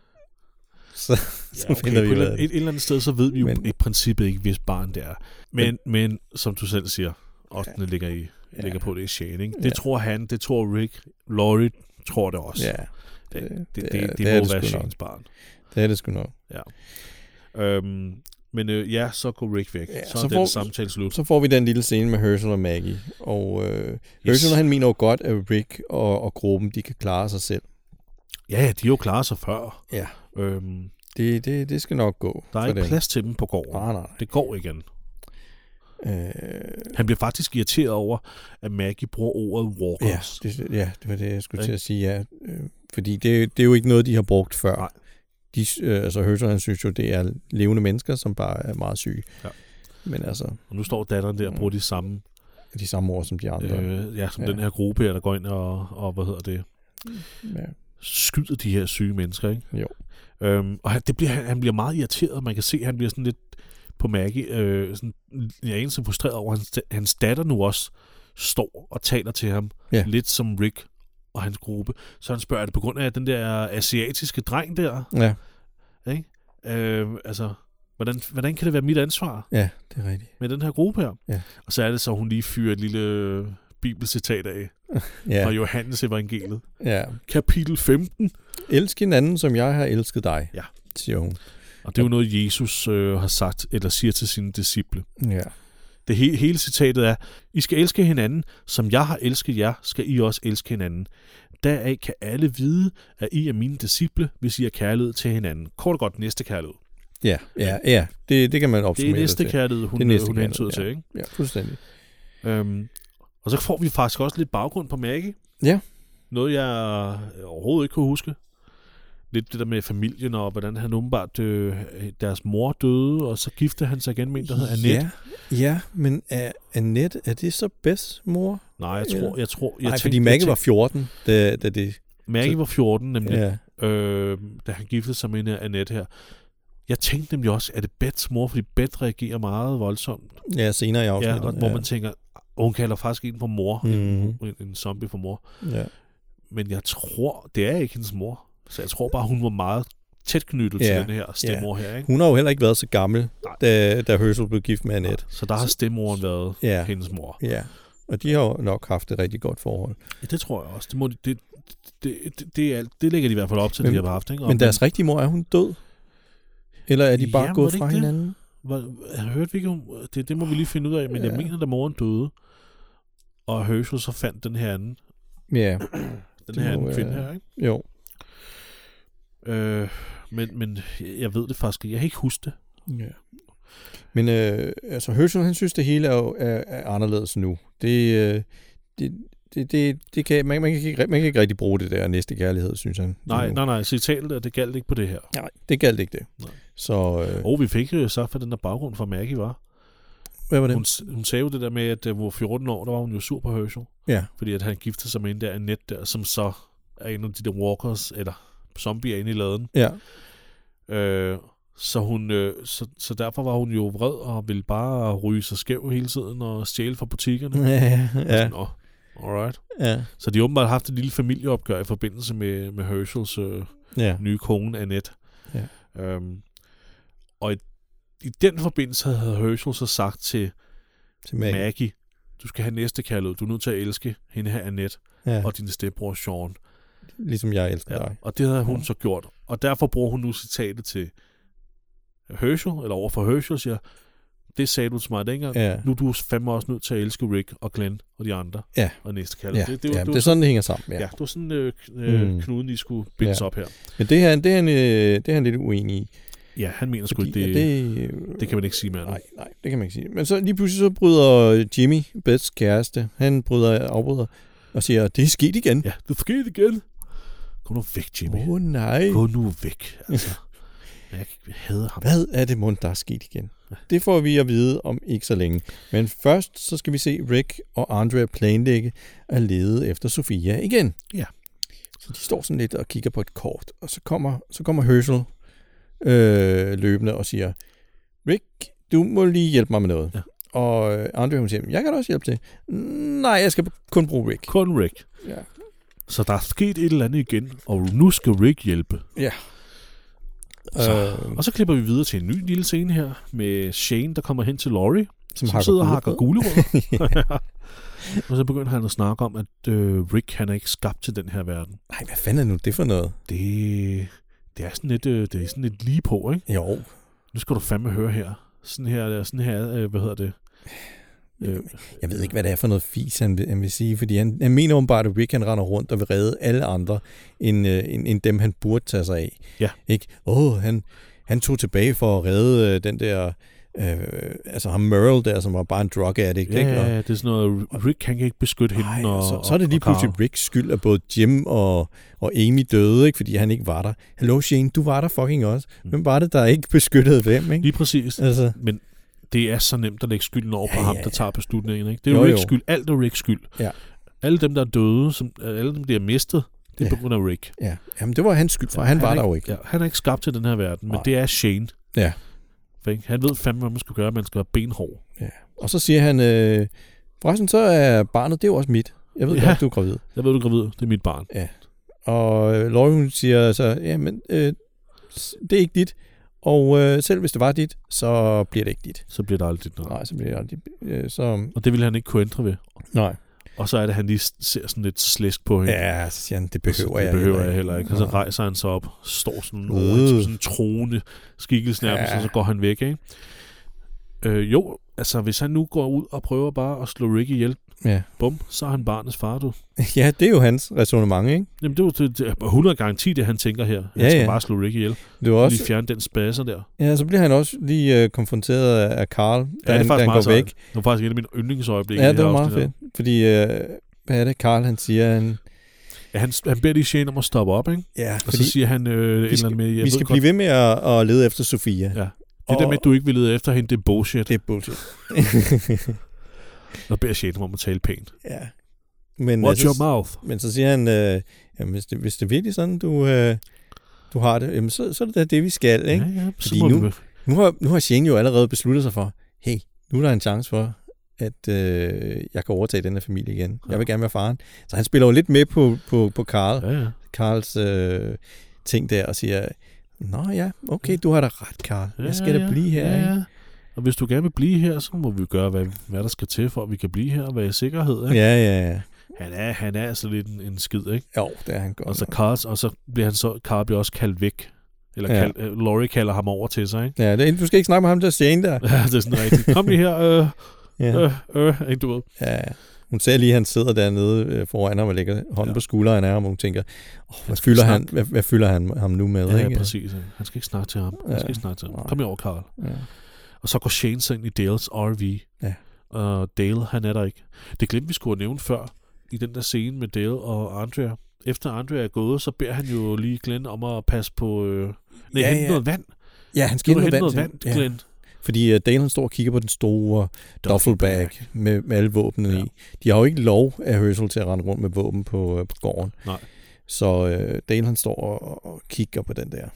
Så, så ja, okay, finder vi et, ud et, et eller andet sted, så ved vi jo men, i princippet ikke, hvis barn det er. Men, men, men som du selv siger, oddsene ja. ligger, i, ja. ligger på, det er Shane. Ikke? Det ja. tror han, det tror Rick. Laurie tror det også. Ja. Det, det, det, det, det, det, det, det må det være Shanes barn. Det er det sgu nok. Ja. Øhm, men øh, ja, så går Rick væk. Ja, så, så er får, den samtale slut. Så får vi den lille scene med Herschel og Maggie. Og øh, yes. Herschel, han mener jo godt, at Rick og, og gruppen, de kan klare sig selv. Ja, de er jo klaret sig før. Ja. Øhm, det, det, det skal nok gå. Der er ikke dem. plads til dem på gården. Nej, nej. Det går igen. Øh... Han bliver faktisk irriteret over, at Maggie bruger ordet walkers. Ja, det, ja, det var det, jeg skulle ja. til at sige. Ja. Øh, fordi det, det er jo ikke noget, de har brugt før. Nej. de, øh, altså Herschel, han synes jo, det er levende mennesker, som bare er meget syge. Ja. Men altså... Og nu står datteren der og bruger de samme... De samme ord som de andre. Øh, ja, som ja. den her gruppe her, der går ind og, og hvad hedder det... Ja. Skyder de her syge mennesker, ikke? Jo. Øhm, og han, det bliver, han bliver meget irriteret. Man kan se, at han bliver sådan lidt på Maggie. Øh, sådan, jeg er egentlig så frustreret over, at hans, hans datter nu også står og taler til ham. Ja. Lidt som Rick og hans gruppe. Så han spørger, er det på grund af den der asiatiske dreng der? Ja. Ikke? Øh, altså, hvordan, hvordan kan det være mit ansvar? Ja, det er rigtigt. Med den her gruppe her. Ja. Og så er det så, hun lige fyrer et lille bibelcitat af. Ja. Fra Johannes evangeliet. Ja. Kapitel femten. Elsk hinanden, som jeg har elsket dig, ja. siger hun. Og det er jo noget, Jesus øh, har sagt, eller siger til sine disciple. Ja. Det he- hele citatet er, I skal elske hinanden, som jeg har elsket jer, skal I også elske hinanden. Deraf kan alle vide, at I er mine disciple, hvis I har kærlighed til hinanden. Kort og godt næste kærlighed. Ja, ja, ja. Det, det kan man opsummere. Det er næste kærlighed, hun, næste hun hentyder ja. til, ikke? Ja, fuldstændig. Øhm, og så får vi faktisk også lidt baggrund på Maggie. Ja. Noget, jeg overhovedet ikke kunne huske. Lidt det der med familien, og hvordan han åbenbart, øh, deres mor døde, og så giftede han sig igen med en, der hedder Annette. Ja, ja, men er Annette, er det så Beths mor? Nej, jeg tror... Jeg tror jeg Nej, tænkte, fordi Maggie var fjorten, da, da det... Maggie var fjorten, nemlig, ja. øh, da han giftede sig med en Annette her. Jeg tænkte nemlig også, er det Beths mor, fordi Beth reagerer meget voldsomt. Ja, senere i afsnittet. Ja, og hvor ja. man tænker, og hun kalder faktisk en for mor, mm-hmm. en, en zombie for mor. Ja. Men jeg tror, det er ikke hendes mor. Så jeg tror bare, hun var meget tæt knyttet ja. til den her stemmor ja. her. Ikke? Hun har jo heller ikke været så gammel, da, da Herschel blev gift med Annette. Så der har stemmoren været ja. hendes mor. Ja, og de har jo nok haft et rigtig godt forhold. Ja, det tror jeg også. Det, må, det, det, det, det, er, det lægger de i hvert fald op til, men, de har haft. Ikke? Men deres men, rigtige mor, er hun død? Eller er de bare ja, gået fra det? hinanden? Hvor, jeg hørte vi ikke, det, det må vi lige finde ud af, men ja. jeg mener, da moren døde, og Herschel så fandt den her anden. Ja. Den her anden kvinde her, ikke? Jo. Øh, men, men jeg ved det faktisk ikke. Jeg kan ikke huske det. Ja. Men øh, altså Herschel, han synes, det hele er, jo, er, er anderledes nu. Det, øh, det, det, det, det kan, man, man, kan ikke, man kan ikke rigtig bruge det der næste kærlighed, synes han. Nej, nej, nej. Citatet der, det galt ikke på det her. Nej, det galt ikke det. Nej. Så, øh, og vi fik jo sagt, hvad den der baggrund fra Maggie var. Hvad var det? Hun, hun sagde jo det der med, at hun var fjorten år, der var hun jo sur på Herschel. Ja. Fordi at han giftede sig med en der Annette der, som så er en af de der walkers, eller zombier inde i laden. Ja. Øh, så, hun, øh, så, så derfor var hun jo vred og ville bare ryge sig skæv hele tiden og stjæle fra butikkerne. Ja, ja. Sådan, oh, alright. Ja. Så de har åbenbart haft et lille familieopgør i forbindelse med, med Herschels øh, ja. nye kone, Annette. Ja. Øhm, og i, i den forbindelse havde Herschel så sagt til, til Maggie. Maggie, du skal have næste kærlighed. Du er nødt til at elske hende her, Annette, ja. og din stedbror, Sean. Ligesom jeg elsker ja, dig. Og det havde hun ja. så gjort. Og derfor bruger hun nu citatet til Herschel, eller overfor Herschel, siger, det sagde du til mig dengang. Ja. Nu er du fandme også nødt til at elske Rick og Glenn og de andre. Ja. Og næste kærlighed. Ja. Det, det, ja, det, det er sådan, det hænger sammen. Ja, ja det var sådan øh, øh, mm. knuden, de skulle bindes ja. op her. Men det her, det er han, det er han lidt uenig i. Ja, han mener sgu ikke, det, det, det kan man ikke sige mere nu. Nej, nej, det kan man ikke sige. Men så lige pludselig så bryder Jimmy, Beths kæreste, han bryder, afbryder og siger, det er sket igen. Ja, det er sket igen. Gå nu væk, Jimmy. Åh oh, nej. Gå nu væk. Altså, jeg hader ham. Hvad er det mund, der er sket igen? Det får vi at vide om ikke så længe. Men først så skal vi se Rick og Andrea planlægge at lede efter Sofia igen. Ja. Så de står sådan lidt og kigger på et kort, og så kommer, så kommer Herschel øh, løbende og siger, Rick, du må lige hjælpe mig med noget. Ja. Og Andrea hun siger, jeg kan da også hjælpe til. Nej, jeg skal kun bruge Rick. Kun Rick. Ja. Så der er sket et eller andet igen, og nu skal Rick hjælpe. Ja. Så, øh, og så klipper vi videre til en ny lille scene her, med Shane, der kommer hen til Laurie, som, som sidder og hakker gulerødder. Og så begynder han at snakke om, at øh, Rick, han er ikke skabt til den her verden. Nej, hvad fanden er nu det for noget? Det, det er sådan lidt, øh, det er sådan lidt lige på, ikke? Jo. Nu skal du fandme høre her. Sådan her, sådan her øh, hvad hedder det? Jeg ved ikke, hvad det er for noget fis, han vil, han vil sige, fordi han, han mener jo bare, at Rick han render rundt og vil redde alle andre, end, end, end dem, han burde tage sig af. Ja. Ikke? Åh, han, han tog tilbage for at redde den der Øh, altså ham Merle der, som var bare en drug addict. Ja, ikke? Og, ja, det er sådan noget, Rick kan ikke beskytte hende. nej, Og, så, så er det lige pludselig Carl. Ricks skyld, at både Jim og, og Amy døde, ikke? Fordi han ikke var der. Hallo Shane, du var der fucking også. Hvem var det, der ikke beskyttede hvem? Ikke? Lige præcis. Altså. Men det er så nemt at lægge skylden over på Ja, ham, ja, der ja. tager beslutningen. Ikke? Det er jo, Jo, Ricks jo. skyld. Alt er Ricks skyld. Ja. Alle dem, der er døde, som, alle dem, der er mistet, det er Ja. på grund af Rick. Ja, jamen det var hans skyld, for ja, han, han var er der jo ikke. ikke. Ja, han er ikke skabt til den her verden, men Nej. det er Shane. Ja. For, ikke? Han ved fandme, hvad man skal gøre, man skal være benhård. Ja. Og så siger han, øh, forresten så er barnet, det er jo også mit. Jeg ved Ja. godt, du er gravid. Jeg ved, du er gravid. Det er mit barn. Ja. Og øh, Laurie hun siger så, jamen, øh, det er ikke dit. Og øh, selv hvis det var dit, så bliver det ikke dit. Så bliver det aldrig dit. Nej, så bliver det aldrig. Øh, så, Og det vil han ikke kunne ændre ved. nej. Og så er det, han lige ser sådan lidt slæsk på hende. Ja, så siger han, det behøver det jeg behøver heller jeg heller ikke. Og så Nej. rejser han sig op, står sådan over Øh. som sådan en troende skikkelse nærmest, Ja. og så går han væk, ikke? Øh, jo, altså hvis han nu går ud og prøver bare at slå Rick ihjel, Ja. bum, så er han barnets far, du. Ja, det er jo hans ræsonnement, ikke? Jamen det er jo det, det er hundrede garanti, det han tænker her. Han Ja, skal ja. bare slå Rick ihjel. Det var Og også, lige fjerne den spasser der. ja, så bliver han også lige øh, konfronteret af, af Carl, da Ja, det er han, da faktisk han meget går væk. sejt. Det var faktisk et af mine yndlingsøjeblikke. Ja, i det var her meget afsnit her. fedt. Fordi, øh, hvad er det, Carl han siger? Han, Ja, han, han beder lige Shane om at stoppe op, ikke? ja, Og fordi så siger han øh, et eller skal- andet med... Jeg vi skal ved blive ved med at, at lede efter Sofia. Ja. Det der med, at du ikke vil lede efter hende, det er bullshit. Det er bullshit. Og beder Shane om at tale pænt. ja. Men, Watch øh, your så, mouth. men så siger han, øh, jamen, hvis, det, hvis det er virkelig sådan, du, øh, du har det, jamen, så, så er det da det, vi skal, ikke? Ja, ja, så Fordi må nu- vi... Nu har, nu har Shane jo allerede besluttet sig for, hey, nu er der en chance for, at øh, jeg kan overtage den her familie igen. Jeg vil gerne være faren. Så han spiller jo lidt med på, på, på Carl, Ja, ja. Carls øh, ting der, og siger, nå ja, okay, du har da ret, Carl. Ja, Jeg skal da ja, blive her, ja, ikke? ja. Og hvis du gerne vil blive her, så må vi gøre, hvad, hvad der skal til, for at vi kan blive her og være i sikkerhed. Ikke? Ja, ja, ja. Han, er, han er altså lidt en, en skid, ikke? Jo, det er han godt. Og så, nok. Carl, og så bliver han så, Carl bliver også kaldt væk. Eller Ja. kald, øh, Laurie kalder ham over til sig, ikke? Ja, det er, du skal ikke snakke med ham der Shane der. Ja, det er sådan rigtigt. Kom lige her, øh, Ja. øh, øh, ikke du ved. Ja, hun ser lige, at han sidder dernede øh, foran ham og lægger hånden Ja. på skulderen af ham, og hun tænker, oh, hvad, skal fylder snakke. han, hvad, hvad fylder han ham nu med? Ja, ikke? ja, præcis. ja. Han skal ikke snakke til ham. Han Ja. skal ikke snakke til ham. Nej. Kom lige over, Carl. Ja. Og så går Shane så ind i Dales R V. Ja. Og Dale, han er der ikke. Det glemte vi skulle have nævnt før, i den der scene med Dale og Andrea. Efter Andrea er gået, så beder han jo lige Glenn om at passe på... Øh, nej, Ja, hente ja. noget vand. Ja, han Skal skal du hente hente noget noget vand, vand, ja. Glenn? Fordi uh, Dale han står og kigger på den store duffelbag med, med alle våbnene Ja. i. De har jo ikke lov af Herschel til at rende rundt med våben på, uh, på gården. Nej. Så uh, Dale han står og, og kigger på den der.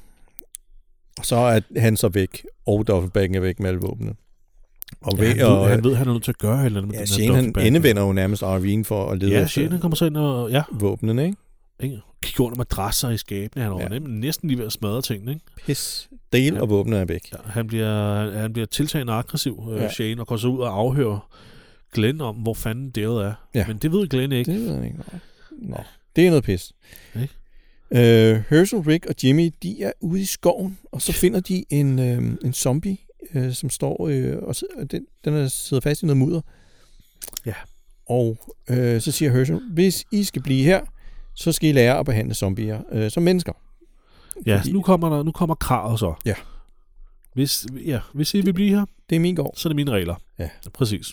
Og så er han så væk, og duffelbagen er væk med alle våbnene. Og, Ja, ved, han, ved, og, han ved, han er nødt til at gøre et eller andet med ja, den Shane her han duffelbag. endevender jo nærmest R V'en for at lede Ja, efter Shane han kommer så ind og... Ja, våbnene, ikke? ikke? Kigger under madrasser i skabene. Han er Ja. ja. næsten lige ved at smadre tingene, ikke? Pis. Dale Ja. og våbnene er væk. Ja, han, bliver, han, han bliver tiltagende aggressiv, øh, Ja. Shane, og går så ud og afhører Glenn om, hvor fanden Dale er. Ja. Men det ved Glenn ikke. Det ved jeg ikke. Nej. Nå, det er noget pis. Ikke? Øh, Herschel, Rick og Jimmy, de er ude i skoven, og så finder de en, øh, en zombie, øh, som står øh, og sidder, den, den er sidder fast i noget mudder. Ja. Og øh, så siger Herschel, hvis I skal blive her, så skal I lære at behandle zombier øh, som mennesker. Ja, Fordi- nu kommer, der, nu kommer kravet så. Ja. Hvis, ja, hvis I vil blive her, Det er min gård. så er det mine regler. Ja. Præcis.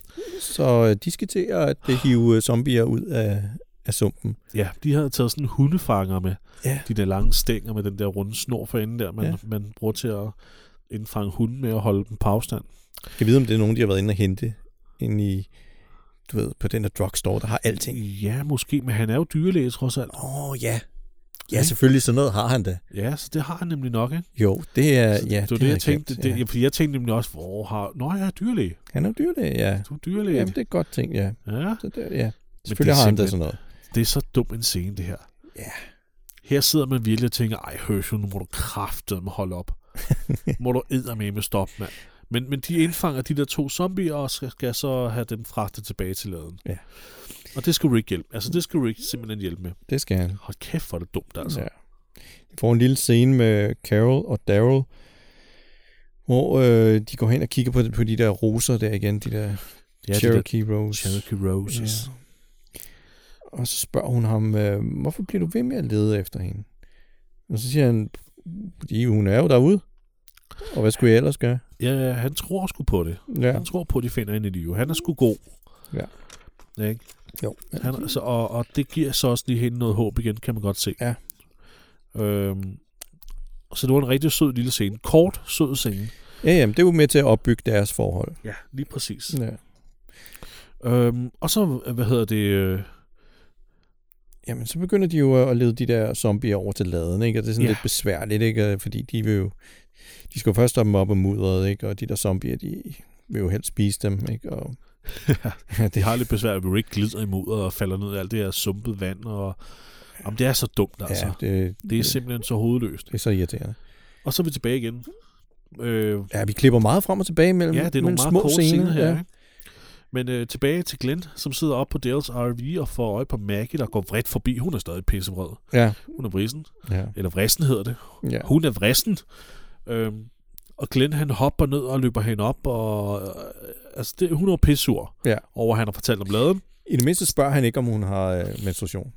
Så øh, de skal til at øh, hive øh, zombier ud af, af sumpen. Ja, de havde taget sådan en hundefanger med. Ja. De der lange stænger med den der runde snor for enden der, man, Ja. ja. man bruger til at indfange hunde med at holde dem på afstand. Jeg kan vide, om det er nogen, de har været inde og hente ind i, du ved, på den der drugstore, der har alting. Ja, måske, men han er jo dyrlæge trods alt. Åh, oh, ja. Ja, selvfølgelig, så noget har han da. Ja, så det har han nemlig nok, ikke? Jo, det er... Så Ja, det var det, det, har jeg tænkte. glemt, Det, ja. ja. Fordi jeg tænkte nemlig også, hvor har... Nå, jeg er dyrlæge. Han er dyrlæge, ja. Du er dyrlæge. Jamen, det er godt ting, ja. Ja. Så det, ja. det Selvfølgelig er har han da simpelthen- sådan noget. Det er så dum en scene, det her. Ja. Her sidder man virkelig og tænker, ej, Herschel, nu må du kraftedeme holde op. må du eddermame stoppe, mand. Men, men de indfanger de der to zombier, og skal, skal så have dem fragtet tilbage til laden. Ja. Og det skal Rick hjælpe. Altså, det skal Rick simpelthen hjælpe med. Det skal han. Hold kæft, hvor er det dumt, altså. Ja. Vi får en lille scene med Carol og Daryl, hvor øh, de går hen og kigger på, på de der roser der igen, de der Ja, Cherokee de der Rose. Cherokee Roses. Ja. Og så spørger hun ham, øh, hvorfor bliver du ved med at lede efter hende? Og så siger han, fordi hun er jo derude. Og hvad skulle jeg ellers gøre? Ja, han tror sgu på det. Ja. Han tror på, at de finder hende i live. Han er sgu god. Ja. Ikke? Jo. Han, så, og, og det giver så også lige hende noget håb igen, kan man godt se. Ja. Øhm, så det var en rigtig sød lille scene. Kort, sød scene. Ja, jamen, det er jo med til at opbygge deres forhold. Ja, lige præcis. Ja. Øhm, og så, hvad hedder det... Øh... Jamen, så begynder de jo at lede de der zombier over til laden, ikke? Og det er sådan ja. lidt besværligt, ikke? Fordi de vil jo... De skal jo først stoppe dem op og muddret, ikke? Og de der zombier, de vil jo helst spise dem, ikke? Og... ja, det har lidt besværligt, at Rick glider i mudderet og falder ned i alt det her sumpet vand, og... Jamen, det er så dumt, altså. Ja, det, det er simpelthen så hovedløst. Det er så irriterende. Og så er vi tilbage igen. Øh... Ja, vi klipper meget frem og tilbage mellem, ja, det er mellem nogle små meget scener her, ja. Ikke? Men øh, tilbage til Glenn, som sidder oppe på Dales R V og får øje på Maggie, der går vredt forbi. Hun er stadig pissevred. Ja. Hun er vrissen. Ja. Eller vrissen hedder det. Ja. Hun er vrissen. Øhm, og Glenn, han hopper ned og løber hende op. Og, øh, altså, det, hun er pissur ja. over, at han har fortalt om laden. I det mindste spørger han ikke, om hun har øh, menstruation.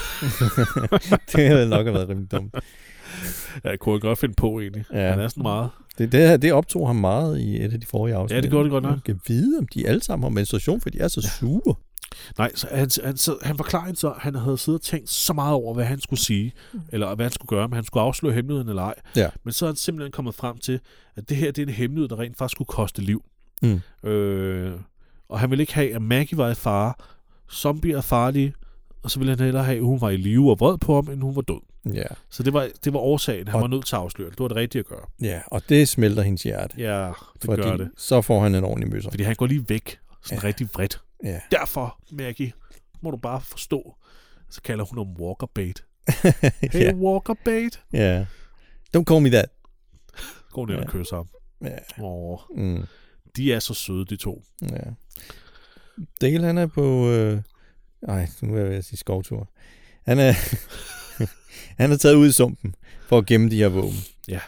Det havde nok været rimelig dumt. Ja, jeg kunne godt finde på egentlig. Ja. Han er sådan meget. Det, det, her, det optog ham meget i et af de forrige afsnit. Ja, det gjorde det godt nok. Man kan vide, om de alle sammen har menstruation, for de er så sure. Nej, så han, han, så, han forklarede så, at han havde siddet og tænkt så meget over, hvad han skulle sige, eller hvad han skulle gøre, men han skulle afsløre hemmeligheden eller ej. Ja. Men så er han simpelthen kommet frem til, at det her det er en hemmelighed, der rent faktisk skulle koste liv. Mm. Øh, og han ville ikke have, at Maggie var i fare, zombier er farlige, og så ville han hellere have, at hun var i live og vred på ham, end hun var død. Ja. Så det var, det var årsagen. Han og, var nødt til at afsløre det. Det var det rigtige at gøre. Ja, og det smelter hendes hjerte. Ja, det fordi gør det. Så får han en ordentlig møsser. Fordi han går lige væk. Sådan ja. rigtig vredt. Ja. Derfor, Maggie, må du bare forstå. Så kalder hun ham walkerbait. Hey, ja. walkerbait. Ja. Yeah. Don't call me that. Gå ned ja. og kysser ham. Ja. Åh. Mm. De er så søde, de to. Ja. Dale, han er på... Øh... Ej, nu er jeg ved at sige skovtur. Han er... han er taget ud i sumpen for at gemme de her våben. Ja.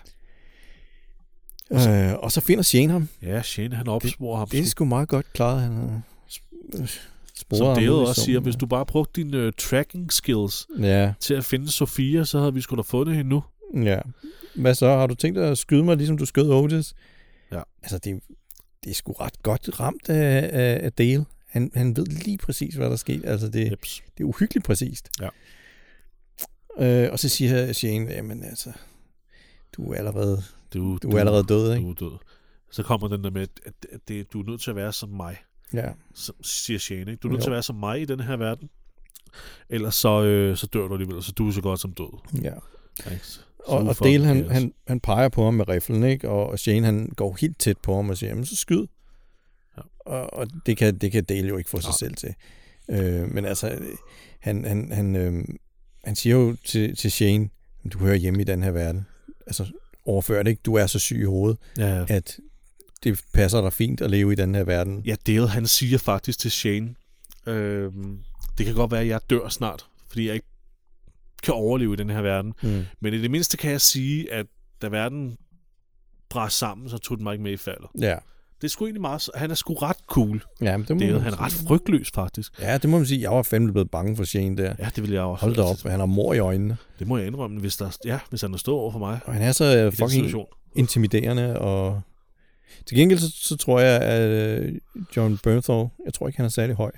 Og så, øh, og så finder Shane ham. Ja, Shane, han opsporer ham. Det er sgu meget godt klaret, han har sporet. Som Dale også siger, hvis du bare brugte dine uh, tracking skills ja. til at finde Sofia, så havde vi sgu da fundet hende nu. Ja. Hvad så? Har du tænkt dig at skyde mig, ligesom du skød Otis? Ja. Altså, det, det er sgu ret godt ramt af, af, af Dale. Han, han ved lige præcis, hvad der sker. Altså, det, det er uhyggeligt præcist. Ja. Øh, og så siger Shane, jamen altså, du er allerede, du, du, du er allerede død, ikke? Du er død. Så kommer den der med, at, at det, du er nødt til at være som mig. Ja. Så siger Shane, ikke? Du er nødt jo. til at være som mig i den her verden. Ellers så, øh, så dør du alligevel, så du er så godt som død. Ja. Okay. Og, og Dale, han, han, han peger på ham med riflen, ikke? Og Shane, han går helt tæt på ham og siger, jamen så skyd. Ja. Og, og det, kan, det kan Dale jo ikke få sig ja. selv til. Øh, men altså, han, han, han, øh, han siger jo til, til Shane, du hører hjemme i den her verden. Altså, overfør det ikke. Du er så syg i hovedet, ja, ja. at det passer dig fint at leve i den her verden. Ja, Dale, han siger faktisk til Shane, øh, det kan godt være, at jeg dør snart, fordi jeg ikke kan overleve i den her verden. Mm. Men i det mindste kan jeg sige, at da verden brast sammen, så tog den mig ikke med i faldet. Ja. Det er sgu egentlig meget... Han er sgu ret cool. Ja, men det må det er han er ret frygtløs, faktisk. Ja, det må man sige. Jeg var fandme blevet bange for Shane der. Ja, det vil jeg også. Hold da op, han har mor i øjnene. Det må jeg indrømme, hvis, der, ja, hvis han er stået over for mig. Og han er så uh, fucking intimiderende, og... Til gengæld så, så tror jeg, at uh, John Bernthal, jeg tror ikke, han er særlig høj.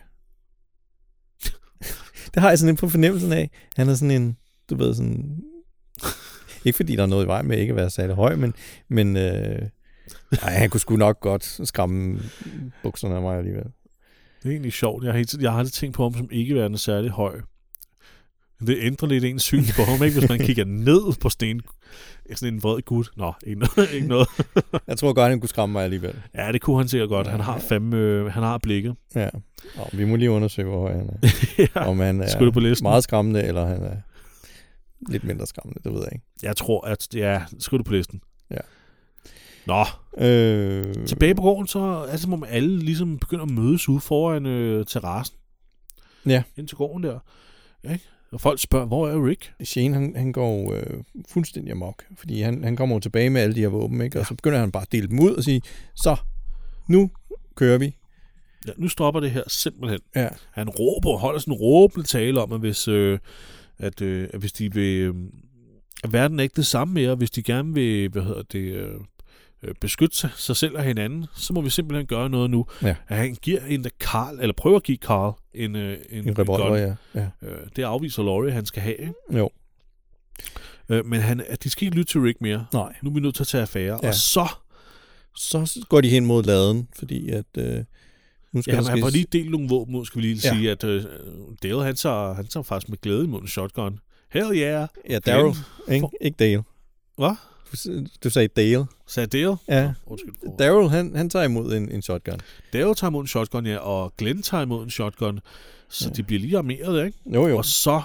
Det har jeg sådan en på fornemmelsen af. Han er sådan en, du ved, sådan... Ikke fordi der er noget i vej med ikke at være særlig høj, men... men øh... Ej, han kunne sgu nok godt skræmme bukserne af mig alligevel. Det er egentlig sjovt. Jeg har, helt, jeg har aldrig tænkt på ham som ikke værende særlig høj. Det ændrer lidt ens syn på ham, ikke? Hvis man kigger ned på sten. Sådan en vred gut. Nå, ikke noget. Ikke noget. Jeg tror godt, han kunne skræmme mig alligevel. Ja, det kunne han sikkert godt. Han har fem, øh, han har blikket. Ja. Nå, vi må lige undersøge, hvor høj han er. Ja. Om han er på listen? Meget skræmmende, eller han er lidt mindre skræmmende, det ved jeg ikke. Jeg tror, at ja, skriv det på listen. Ja. Nå. Øh... Tilbage på gården, så altså, må man alle ligesom begynde at mødes ude foran øh, terrassen. Ja. Ind til gården der. Ja, og folk spørger, hvor er Rick? Shane, han, han går øh, fuldstændig amok, fordi han, han kommer tilbage med alle de her våben, ikke? Og ja. Så begynder han bare at dele dem ud og sige, så, nu kører vi. Ja, nu stopper det her simpelthen. Ja. Han råber, holder sådan en råbende tale om, at hvis, øh, at, øh, at hvis de vil... Øh, at verden er ikke det samme mere, hvis de gerne vil, hvad hedder det... Øh, øh, beskytte sig, sig selv og hinanden, så må vi simpelthen gøre noget nu. Ja. At han giver en Carl, eller prøver at give Carl en, øh, en, en revolver, ja. ja. Øh, det afviser Laurie, han skal have, ikke? Jo. Øh, men han, de skal ikke lytte til Rick mere. Nej. Nu er vi nødt til at tage affære. Ja. Og så... Så går de hen mod laden, fordi at... Øh, nu skal ja, der han får ske... lige delt nogle våben ud, skal vi lige ja. sige, at øh, Dale, han tager, han tager faktisk med glæde imod en shotgun. Hell yeah! Ja, Daryl, ikke, ikke Dale. Hvad? Du, du sagde Dale. Sagde Dale? Ja. Undskyld. Daryl, han, han tager imod en, en shotgun. Daryl tager imod en shotgun, ja, og Glenn tager imod en shotgun, så ja. de bliver lige armeret, ikke? Jo, jo. Og så...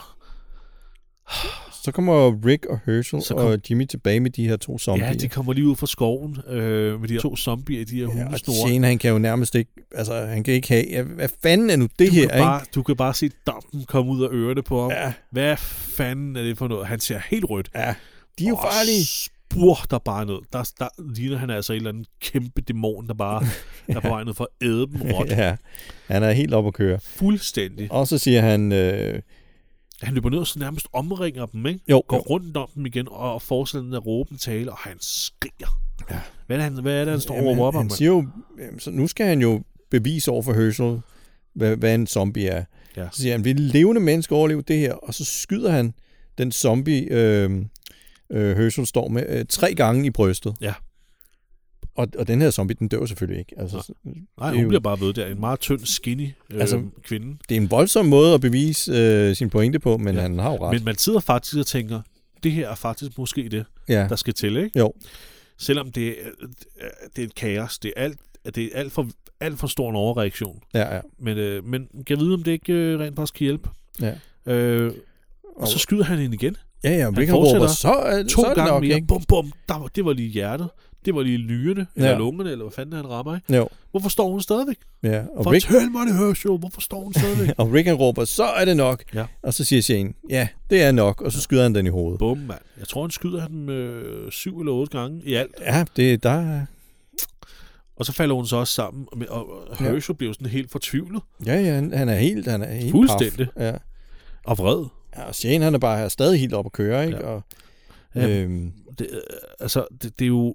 Så kommer Rick og Herschel kom... og Jimmy tilbage med de her to zombier. Ja, de kommer lige ud fra skoven øh, med de her to zombier i de her ja, hundesnore. Og Shane, han kan jo nærmest ikke... Altså, han kan ikke have... Ja, hvad fanden er nu det du her, kan bare, ikke? Du kan bare se dampen komme ud af ørerne på ham. Ja. Hvad fanden er det for noget? Han ser helt rødt. Ja, de er jo farlige. Spurter bare ned. Der, der ligner han altså en eller anden kæmpe dæmon, der bare ja. er på vej ned for at æde dem råt. Ja, han er helt oppe at køre. Fuldstændig. Og så siger han... Øh... Han løber ned og så nærmest omringer dem, ikke? Jo. Går jo. rundt om dem igen og fortsætter den der råbende tale, og han skriger. Ja. Hvad er det, han, hvad er det, han står og råber op om? Han siger jo... Så nu skal han jo bevise over for Herschel, hvad, hvad en zombie er. Ja. Så siger han, vil levende mennesker overleve det her? Og så skyder han den zombie, øh, øh, Herschel står med, øh, tre gange i brystet. Ja. Og, og den her zombie, den dør selvfølgelig ikke. Altså, Nej, hun jo... bliver bare ved der. En meget tynd, skinny øh, altså, kvinde. Det er en voldsom måde at bevise øh, sin pointe på, men ja. han har jo ret. Men man sidder faktisk og tænker, det her er faktisk måske det, ja. der skal til, ikke? Jo. Selvom det, det er et kaos. Det er alt, det er alt for, alt for stor en overreaktion. Ja, ja. Men, øh, men kan jeg vide, om det ikke øh, rent faktisk kan hjælpe? Ja. Øh, og så skyder han hende igen. Ja, ja. Han fortsætter så, øh, to så er det gange nok, mere. Ikke? Bum, bum. Der, det var lige hjertet. Det var lige lyrene, ja. eller lungerne, eller hvad fanden han rammer, ikke? Jo. Hvorfor står hun stadigvæk? Ja, og Fortæl Rick... mig det, Herschel. Hvorfor står hun stadigvæk? og Rick han råber, så er det nok. Ja. Og så siger Shane, ja, det er nok. Og så skyder han den i hovedet. Bum, mand. Jeg tror, han skyder dem øh, syv eller otte gange i alt. Ja, det der... Og så falder hun så også sammen, og Herschel ja. bliver sådan helt fortvivlet. Ja, ja, han er helt, han er helt fuldstændig. Ja. Og vred. Ja, og Shane, han er bare stadig helt oppe at køre, ikke? Ja. Og, ja, øhm, det, altså, det, det er jo...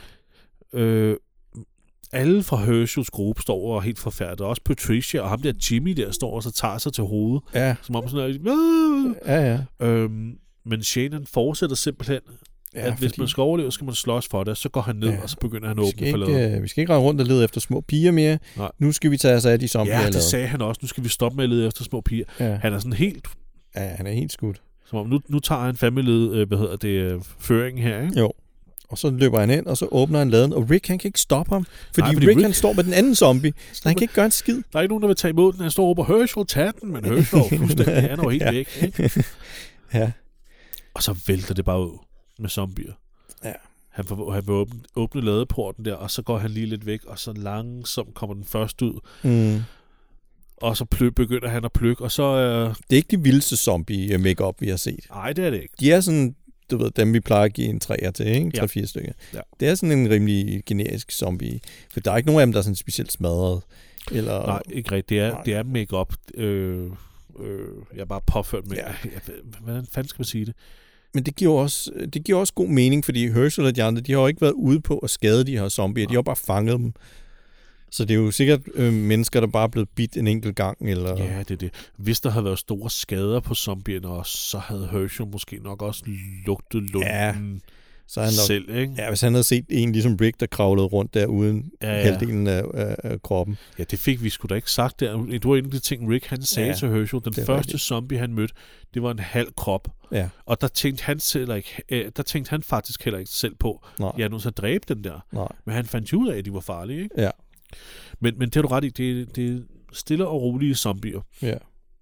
Øh, alle fra Herschels gruppe står og er helt forfærdet. Også Patricia og ham der Jimmy der står og så tager sig til hovedet. Ja. Som om sådan er... Ja, ja. Øhm, men Shane fortsætter simpelthen, ja, at hvis fordi... man skal overleve, skal man slås for det. Så går han ned, ja. og så begynder han at åbne forladet. Øh, vi skal ikke rende rundt og lede efter små piger mere. Nej. Nu skal vi tage os af de zombier. Ja, det sagde han også. Nu skal vi stoppe med at lede efter små piger. Ja. Han er sådan helt... Ja, han er helt skudt. Som om, nu, nu tager han fandme øh, hvad hedder det, føringen her, ikke? Jo. Og så løber han ind, og så åbner han laden, og Rick, han kan ikke stoppe ham. Fordi, Nej, fordi Rick, Rick, han står med den anden zombie, så han kan ikke gøre en skid. Der er ikke nogen, der vil tage imod den. Han står over på Herschel, tag den, men Herschel er fuldstændig, han er jo helt ja. væk, ikke? Ja. Og så vælter det bare ud med zombier. Ja. Han får han vil åbne, åbne ladeporten der, og så går han lige lidt væk, og så langsomt kommer den først ud. Mm. Og så plø, begynder han at plukke, og så... Øh... Det er ikke de vildeste zombie make-up, vi har set. Nej, det er det ikke. De er sådan... Du ved, dem vi plejer at give en træer til, ikke? tre-fire ja. stykker. Ja. Det er sådan en rimelig generisk zombie. For der er ikke nogen af dem, der er sådan specielt smadret. Eller... Nej, ikke rigtigt. Det er, det er make-up. Øh, øh, jeg er bare påført med... Ja. Hvordan fanden skal man sige det? Men det giver, også, det giver også god mening, fordi Herschel og de andre, de har jo ikke været ude på at skade de her zombier. Ja. De har bare fanget dem. Så det er jo sikkert øh, mennesker, der bare er blevet bidt en enkelt gang. Eller... Ja, det er det. Hvis der havde været store skader på zombierne også, så havde Herschel måske nok også lugtet lunden ja, så han nok, selv, ikke? Ja, hvis han havde set en ligesom Rick, der kravlede rundt der uden ja, ja. halvdelen af, af, af kroppen. Ja, det fik vi sgu da ikke sagt der. Det var en af de ting, Rick han sagde ja, til Herschel. Den første rigtigt. zombie, han mødte, det var en halv krop. Ja. Og der tænkte han selv ikke, øh, der tænkte han faktisk heller ikke selv på, Nej. jeg er nødt til at dræbe den der. Nej. Men han fandt ud af, at de var farlige, ikke? Ja. Men, men det har du ret i, det, det er stille og rolige zombier. Ja.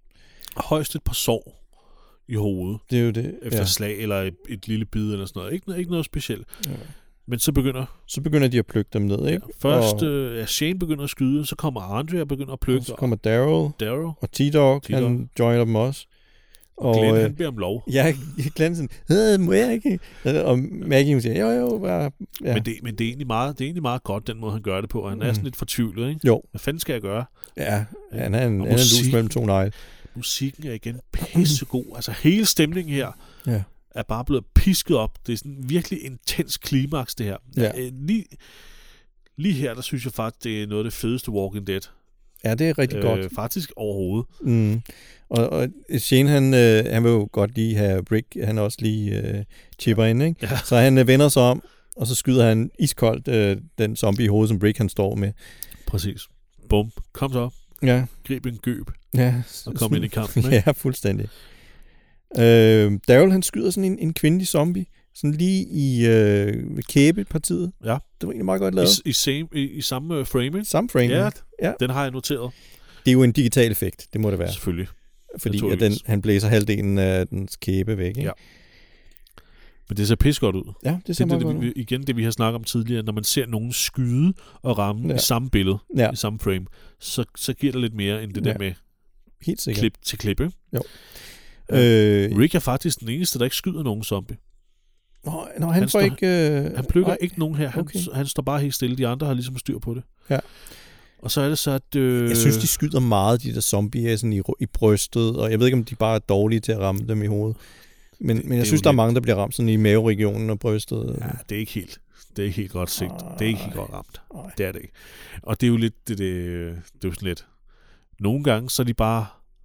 Højst et par sår i hovedet. Det er jo det. Efter ja. slag eller et, et lille bid eller sådan noget. Ikke, ikke noget specielt. Ja. Men så begynder... Så begynder de at plukke dem ned, ikke? Ja. Først og... øh, ja, Shane begynder at skyde, så kommer Andre og begynder at plukke. Og så kommer Daryl. Daryl. Og T-Dog, T-Dog. Han joiner dem også. Og, og Glenn, øh, han beder om lov. Ja, Glenn sådan, må jeg ikke? Og Maggie, hun siger, jo, jo, bare... Ja. Men, det, men det, er egentlig meget, det er egentlig meget godt, den måde, han gør det på. Han er mm. sådan lidt fortvivlet, ikke? Jo. Hvad fanden skal jeg gøre? Ja, han er en, han er en lus mellem to negle. Musikken er igen pissegod. Altså, hele stemningen her. Ja. er bare blevet pisket op. Det er sådan virkelig intens klimaks, det her. Ja. Lige, lige her, der synes jeg faktisk, det er noget af det fedeste Walking Dead. Ja, det er rigtig øh, godt. Faktisk overhovedet. Mm. Og, og Shane, han, øh, han vil jo godt lige have Rick, han også lige øh, chipper ind, ikke? Ja. Så han øh, vender sig om, og så skyder han iskoldt øh, den zombie i hovedet, som Rick han står med. Præcis. Bum. Kom så. Ja. Grib en gøb. Ja. Og kom ind i kampen, ikke? Ja, fuldstændig. Øh, Daryl, han skyder sådan en, en kvindelig zombie, sådan lige i øh, kæbepartiet. Ja. Det var egentlig meget godt lavet. I, i, same, i, i samme frame, Samme frame. Ja, ja, den har jeg noteret. Det er jo en digital effekt, det må det være. Selvfølgelig. Fordi at den, han blæser halvdelen af dens kæbe væk, ikke? Ja. Men det ser pis godt ud. Ja, det ser det, meget det, godt det, ud. Igen det, vi har snakket om tidligere, når man ser nogen skyde og ramme ja. i samme billede, ja. i samme frame, så, så giver det lidt mere, end det ja. der med helt sikkert. Klip til klip, ikke? Jo. Øh, Rick er faktisk den eneste, der ikke skyder nogen zombie. Nå, nå han, han får står, ikke... Øh, han plukker nej. ikke nogen her. Han, okay. han står bare helt stille. De andre har ligesom styr på det. Ja. Og så er det så, at... Øh, jeg synes, de skyder meget, de der zombier, sådan i, i brystet, og jeg ved ikke, om de bare er dårlige til at ramme dem i hovedet. Men, det, men jeg synes, der er mange, der bliver ramt sådan i maveregionen og brystet. Ja, det er ikke helt, det er ikke helt godt set. Det er ikke helt godt ramt. Ej. Det er det ikke. Og det er jo lidt... Det, det, det er jo sådan lidt... Nogle gange, så er de bare...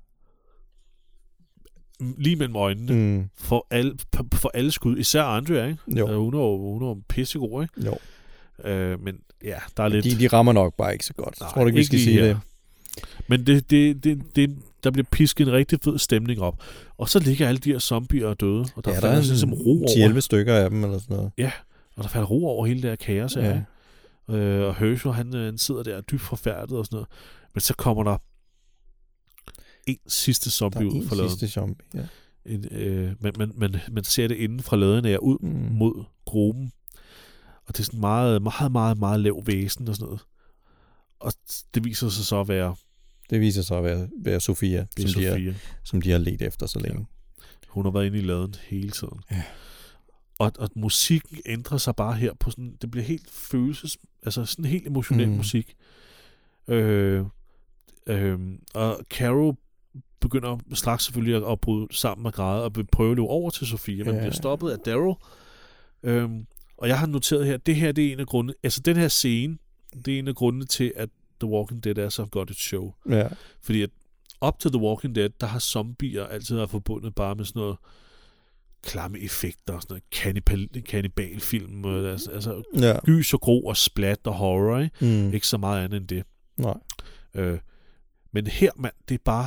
lige mellem øjnene, mm. for, alle, for alle skud. Især Andrea, ikke? Jo. Altså, hun er jo hun er pissegod, ikke? Jo. Øh, men ja, der er lidt... De, de rammer nok bare ikke så godt. Nej, tror du ikke, vi skal sige her. det? Men det, det, det, det, der bliver pisket en rigtig fed stemning op. Og så ligger alle de her zombier og døde. Og der, ja, der er ligesom ro over... ti elleve stykker af dem, eller sådan noget. Ja, og der falder ro over hele det her kaos. Ja. Øh, og Herschel, han, han sidder der dybt forfærdet og sådan noget. Men så kommer der en sidste zombie ud fra laden. sidste zombie, ja. En, øh, man, man, man, man ser det inden fra laden af ud mm. mod gruppen. Og det er sådan meget, meget, meget, meget lav væsen og sådan noget. Og det viser sig så at være... Det viser sig at være, være Sofia, som, Sofia. De har, som de har ledt efter så længe. Ja. Hun har været inde i laden hele tiden. Ja. Og, og musikken ændrer sig bare her på sådan... Det bliver helt følelses... Altså sådan helt emotionel mm. musik. Øh, øh, og Carol begynder straks selvfølgelig at, at bryde sammen og græde, og prøve at løbe over til Sofia, men ja. bliver stoppet af Daryl. Øhm, og jeg har noteret her, det her det er en af grundene, altså den her scene, det er en af grundene til, at The Walking Dead er så godt et show. Ja. Fordi at op til The Walking Dead, der har zombier altid været forbundet bare med sådan noget klamme effekter, sådan noget kannibal, kannibalfilm, altså, altså ja. gys og gro og splat og horror, ikke? Mm. Ikke så meget andet end det. Nej. Øh, men her, mand, det er bare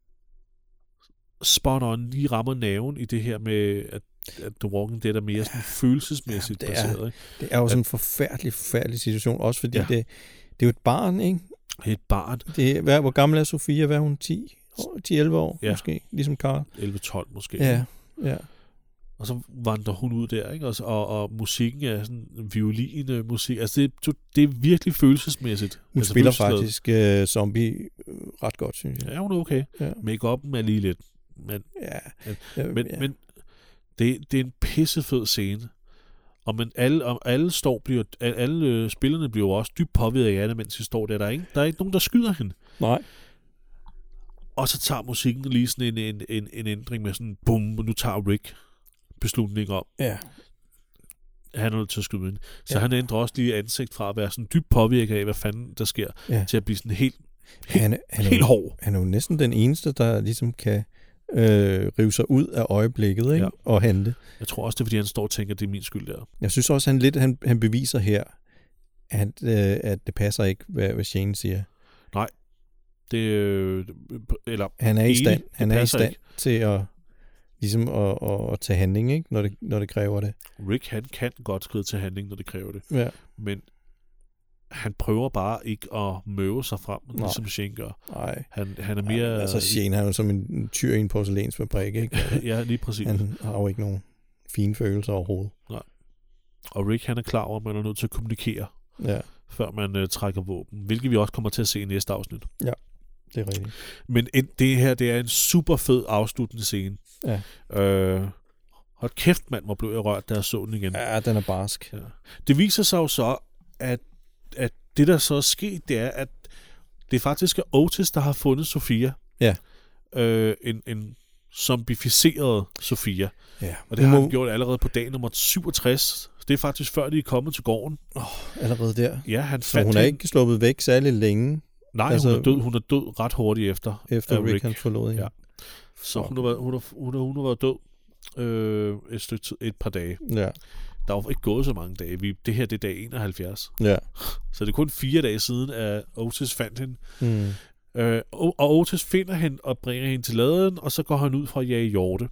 spot on, lige rammer nerven i det her med, at, at The Walking Dead er mere sådan følelsesmæssigt ja, det er, baseret. Ikke? Det er jo sådan en forfærdelig, forfærdelig situation, også fordi ja. det, det er jo et barn, ikke? Et barn. Det er, hvad, hvor gammel er Sofia? Hvad er hun? ti elleve år, ja. måske? Ligesom Carl. elleve tolv måske. Ja, ja. Og så vandrer hun ud der, ikke? Og, og, og musikken er sådan violine musik. Altså, det, det er virkelig følelsesmæssigt. Hun altså, spiller faktisk uh, zombie ret godt, synes jeg. Ja, hun er okay. Ja. Make-up'en er lige lidt. Men, ja. men, men, ja. men det, det er en pissefed scene. Og, men alle, og alle, står, bliver, alle øh, spillerne bliver jo også dybt påvirket af det, mens de står der. Der er, ikke, der er ikke nogen, der skyder hende. Nej. Og så tager musikken lige sådan en, en, en, en ændring med sådan, bum, og nu tager Rick beslutning om. Ja. Han er nødt til at skyde ind. Så ja. han ændrer også lige ansigt fra at være sådan dybt påvirket af, hvad fanden der sker, ja. til at blive sådan helt, helt, han, han helt er, hård. Han er jo næsten den eneste, der ligesom kan øh, rive sig ud af øjeblikket, ikke? Ja. Og handle. Jeg tror også, det er, fordi han står og tænker, at det er min skyld der. Jeg synes også, han lidt han, han beviser her, at, øh, at det passer ikke, hvad, hvad Shane siger. Nej. Det, øh, eller han er i stand, han er i stand ikke. til at ligesom at, at, at tage handling, ikke? Når det, når det kræver det. Rick, han kan godt skride til handling, når det kræver det. Ja. Men han prøver bare ikke at møve sig frem, Nej. ligesom Shane gør. Nej. Han, han er mere... Nej, altså Shane er jo som en tyr i en porcelænsfabrik, ikke? Ja, lige præcis. Han har jo ikke nogen fine følelser overhovedet. Nej. Og Rick, han er klar over, at man er nødt til at kommunikere, ja. før man uh, trækker våben. Hvilket vi også kommer til at se i næste afsnit. Ja, det er rigtigt. Men en, det her, det er en super fed afsluttende scene. Ja. Øh, hold kæft, mand, hvor blev jeg rørt, da jeg så den igen. Ja, den er barsk. Ja. Det viser sig jo så, at, at det, der så er sket, det er, at det faktisk er Otis, der har fundet Sofia. Ja. Øh, en, en zombificerede Sofia. Ja. Og det har han gjort allerede på dag nummer syvogtres. Det er faktisk før, de er kommet til gården. Oh, allerede der? Ja, han så hun er hende. Ikke sluppet væk særlig længe? Nej, altså, hun, er død, hun er død ret hurtigt efter. Efter Rick, Rick han forlod hende. Ja. Så hun har været, hun har, hun har, hun har været død øh, et stykke tid, et par dage. Ja. Der var ikke gået så mange dage. Vi, det her det er dag enoghalvfjerds. Ja. Så det er kun fire dage siden, at Otis fandt hende. Mm. Øh, og, og Otis finder hende og bringer hende til laden, og så går han ud fra at jage hjorte.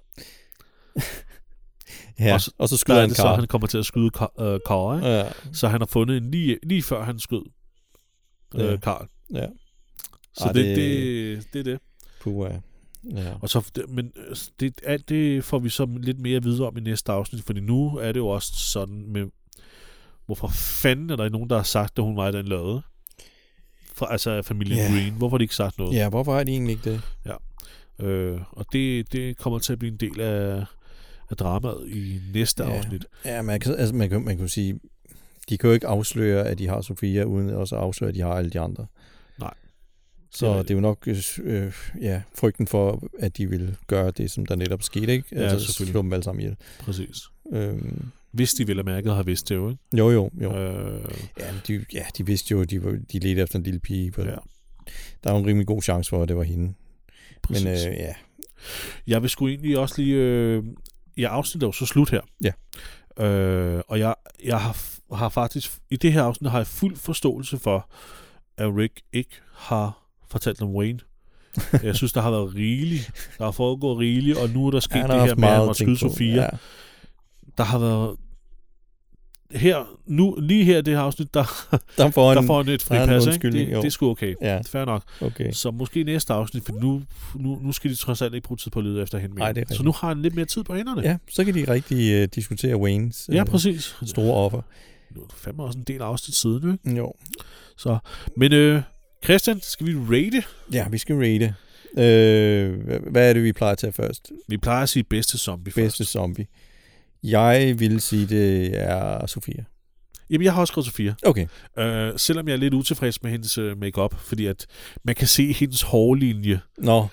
Ja, og så, og så skyder han Carl. Så han kommer til at skyde Carl, øh, Carl ja. Så han har fundet en lige, lige før han skød øh, ja. Carl. Ja. Så det, det, det, det er det. Puh, ja. Og så, men det, alt det får vi så lidt mere at vide om i næste afsnit, fordi nu er det jo også sådan med, hvorfor fanden er der nogen, der har sagt, at hun var i den lade? Fra, altså familien yeah. Green. Hvorfor har de ikke sagt noget? Ja, hvorfor har de egentlig ikke det? Ja. Øh, og det, det kommer til at blive en del af, af dramaet i næste ja. afsnit. Ja, man kan, altså, man, kan, man kan sige, de kan jo ikke afsløre, at de har Sofia, uden også at afsløre, at de har alle de andre. Nej. Så det er, det er jo nok øh, ja, frygten for, at de vil gøre det, som der netop skete, ikke? Ja, altså slå dem alle sammen ihjel. Præcis. Øhm, Hvis de ville have mærket, har vidst det jo, ikke? Jo, jo, jo. Øh, ja, de, ja, de vidste jo, de, var, de ledte efter en lille pige. På ja. Der er jo en rimelig god chance for, at det var hende. Præcis. Men øh, ja. Jeg vil sgu egentlig også lige... Øh, jeg afsnitter jo så slut her. Ja. Øh, og jeg, jeg har, har faktisk... I det her afsnit har jeg fuld forståelse for, at Rick ikke har fortalt om Wayne. Jeg synes, der har været rigeligt. Der har foregået rigeligt, og nu er der sket ja, det her med, at han må skyde Sofia. Ja. Der har været... Her, nu, lige her i det her afsnit, der, der får en, der får han et fripas, ikke? Det, det er sgu okay. Ja. Fair nok. Okay. Så måske næste afsnit, for nu, nu, nu skal de trods alt ikke bruge tid på at lede efter hende mere. Ej, så nu har han lidt mere tid på hænderne. Ja, så kan de rigtig uh, diskutere Waynes ja, præcis. Uh, store offer. Nu er det fandme også en del afsnit siden, ikke? Jo. Så, men øh, Christian, skal vi rate? Ja, vi skal rate. Øh, hvad er det, vi plejer til først? Vi plejer at sige bedste zombie bedste først. Bedste zombie. Jeg vil sige, det er Sofia. Jamen, jeg har også skrevet Sofia. Okay. Øh, selvom jeg er lidt utilfreds med hendes uh, make-up, fordi at man kan se hendes hårlinje. Nå.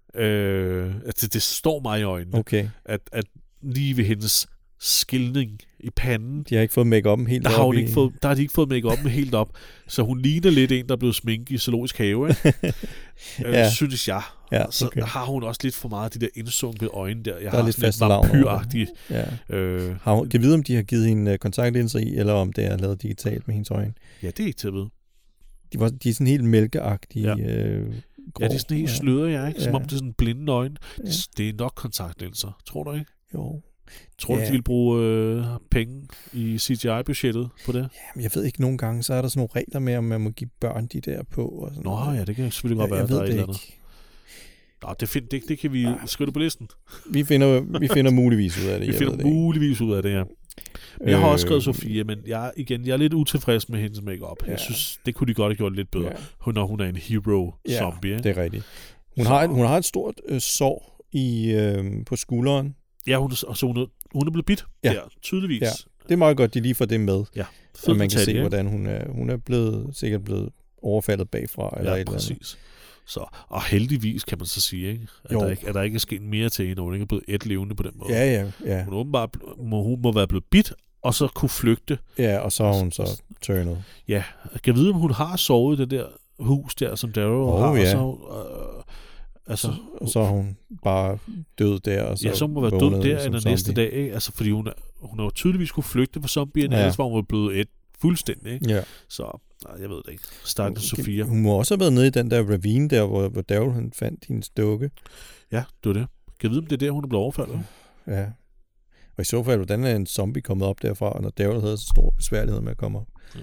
Øh, at det, det står mig i øjnene. Okay. At, at lige ved hendes skilning i panden. De har ikke fået make-up'en helt der op har hun i... ikke fået, der har de ikke fået make-up'en helt op. Så hun ligner lidt en, der er blevet sminket i zoologisk have. Ikke? ja. øh, synes jeg. Ja, så okay. har hun også lidt for meget af de der indsunkede øjne der. Jeg der har er lidt fastelavn. Ja. Øh, har hun, kan vide, om de har givet hende kontaktlinser i, eller om det er lavet digitalt med hendes øjne? Ja, det er ikke til at vide. De, var, de er sådan helt mælkeagtige. Ja, øh, ja det er sådan helt ja. sløret, jeg ikke? Som ja. om det er sådan blinde øjne. Ja. Det, det er nok kontaktlinser. Tror du ikke? Jo. Tror du, ja. de vil bruge øh, penge i C G I-budgettet på det? Jamen, jeg ved ikke, nogle gange, så er der sådan nogle regler med, om man må give børn de der på. Og sådan Nå noget. ja, det kan selvfølgelig godt ja, være, jeg der ved er et det eller andet. Nå, det, find, det, det kan vi ja. skrive på listen. Vi finder, vi finder muligvis ud af det. Vi finder muligvis ud af det, ja. Men jeg har også skrevet Sofia, men jeg, igen, jeg er lidt utilfreds med hendes make-up. Jeg ja. synes, det kunne de godt have gjort lidt bedre, ja. når hun er en hero-zombie. Ja, det er rigtigt. Hun har, hun har et stort øh, sår i, øh, på skulderen. Ja, hun, altså hun, er, hun er blevet bidt ja. der, tydeligvis. Ja. Det er meget godt, de lige får det med. Ja. Så man kan se, hvordan hun er. Hun er blevet, sikkert blevet overfaldet bagfra. Eller ja, et præcis. Eller andet. Så, og heldigvis kan man så sige, ikke? At, der ikke, at der ikke er sket mere til hende, og hun ikke er blevet et levende på den måde. Ja, ja, ja. Hun, åbenbart, må, hun må være blevet bidt, og så kunne flygte. Ja, og så har hun så turnet. Ja, jeg kan vide, om hun har sovet i det der hus der, som Daryl oh, har. Ja. Og så, øh, altså, så, og så er hun bare død der. Og så ja, så må være død der den næste dag, ikke? Altså, fordi hun, hun har jo tydeligvis kunne flygte fra zombierne, ja. ellers var hun var blevet et fuldstændig, ikke? Ja. Så, nej, jeg ved det ikke. Stakkels Sofia. Hun må også have været nede i den der ravine der, hvor, hvor Daryl han fandt hendes dukke. Ja, det var det. Kan jeg vide, om det er der, hun er blevet overfaldet? Ja. Og i så fald, hvordan er en zombie kommet op derfra, når Daryl havde så stor besværlighed med at komme op? Ja.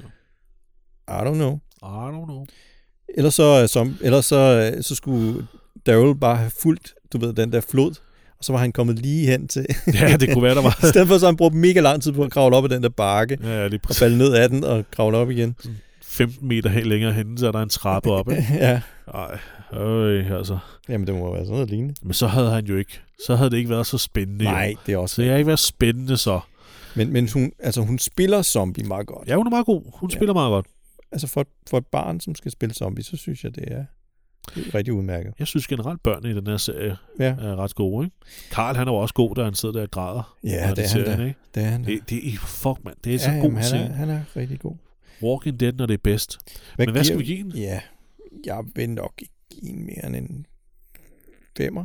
I don't know. I don't know. Ellers så, som, ellers så, så skulle Daryl bare have fulgt, du ved, den der flod, og så var han kommet lige hen til... Ja, det kunne være, der var... I stedet for, så han brugte mega lang tid på at kravle op ad den der bakke, ja, det og falde ned af den og kravle op igen. femten meter helt længere henne, så er der en trappe op, ikke? Ja. Ej, øh, altså. Jamen, det må være sådan noget lignende. Men så havde han jo ikke... Så havde det ikke været så spændende. Nej, jo. det er også... Så det har ikke været spændende, så... Men, men hun, altså, hun spiller zombie meget godt. Ja, hun er meget god. Hun ja. spiller meget godt. Altså, for, for et barn, som skal spille zombie, så synes jeg, det er... Det er rigtig udmærket. Jeg synes generelt, børnene i den her serie ja. er ret gode, ikke? Karl, han er jo også god, da han sidder der og græder. Ja, det er serien, han da. Ikke? Det er han da. Det, det er, fuck, mand. Det er ja, så god jamen, han scene. er, han er rigtig god. Walking Dead, når det er bedst. Hvad Men hvad skal vi give den? Ja, jeg vil nok ikke give en mere end en femmer.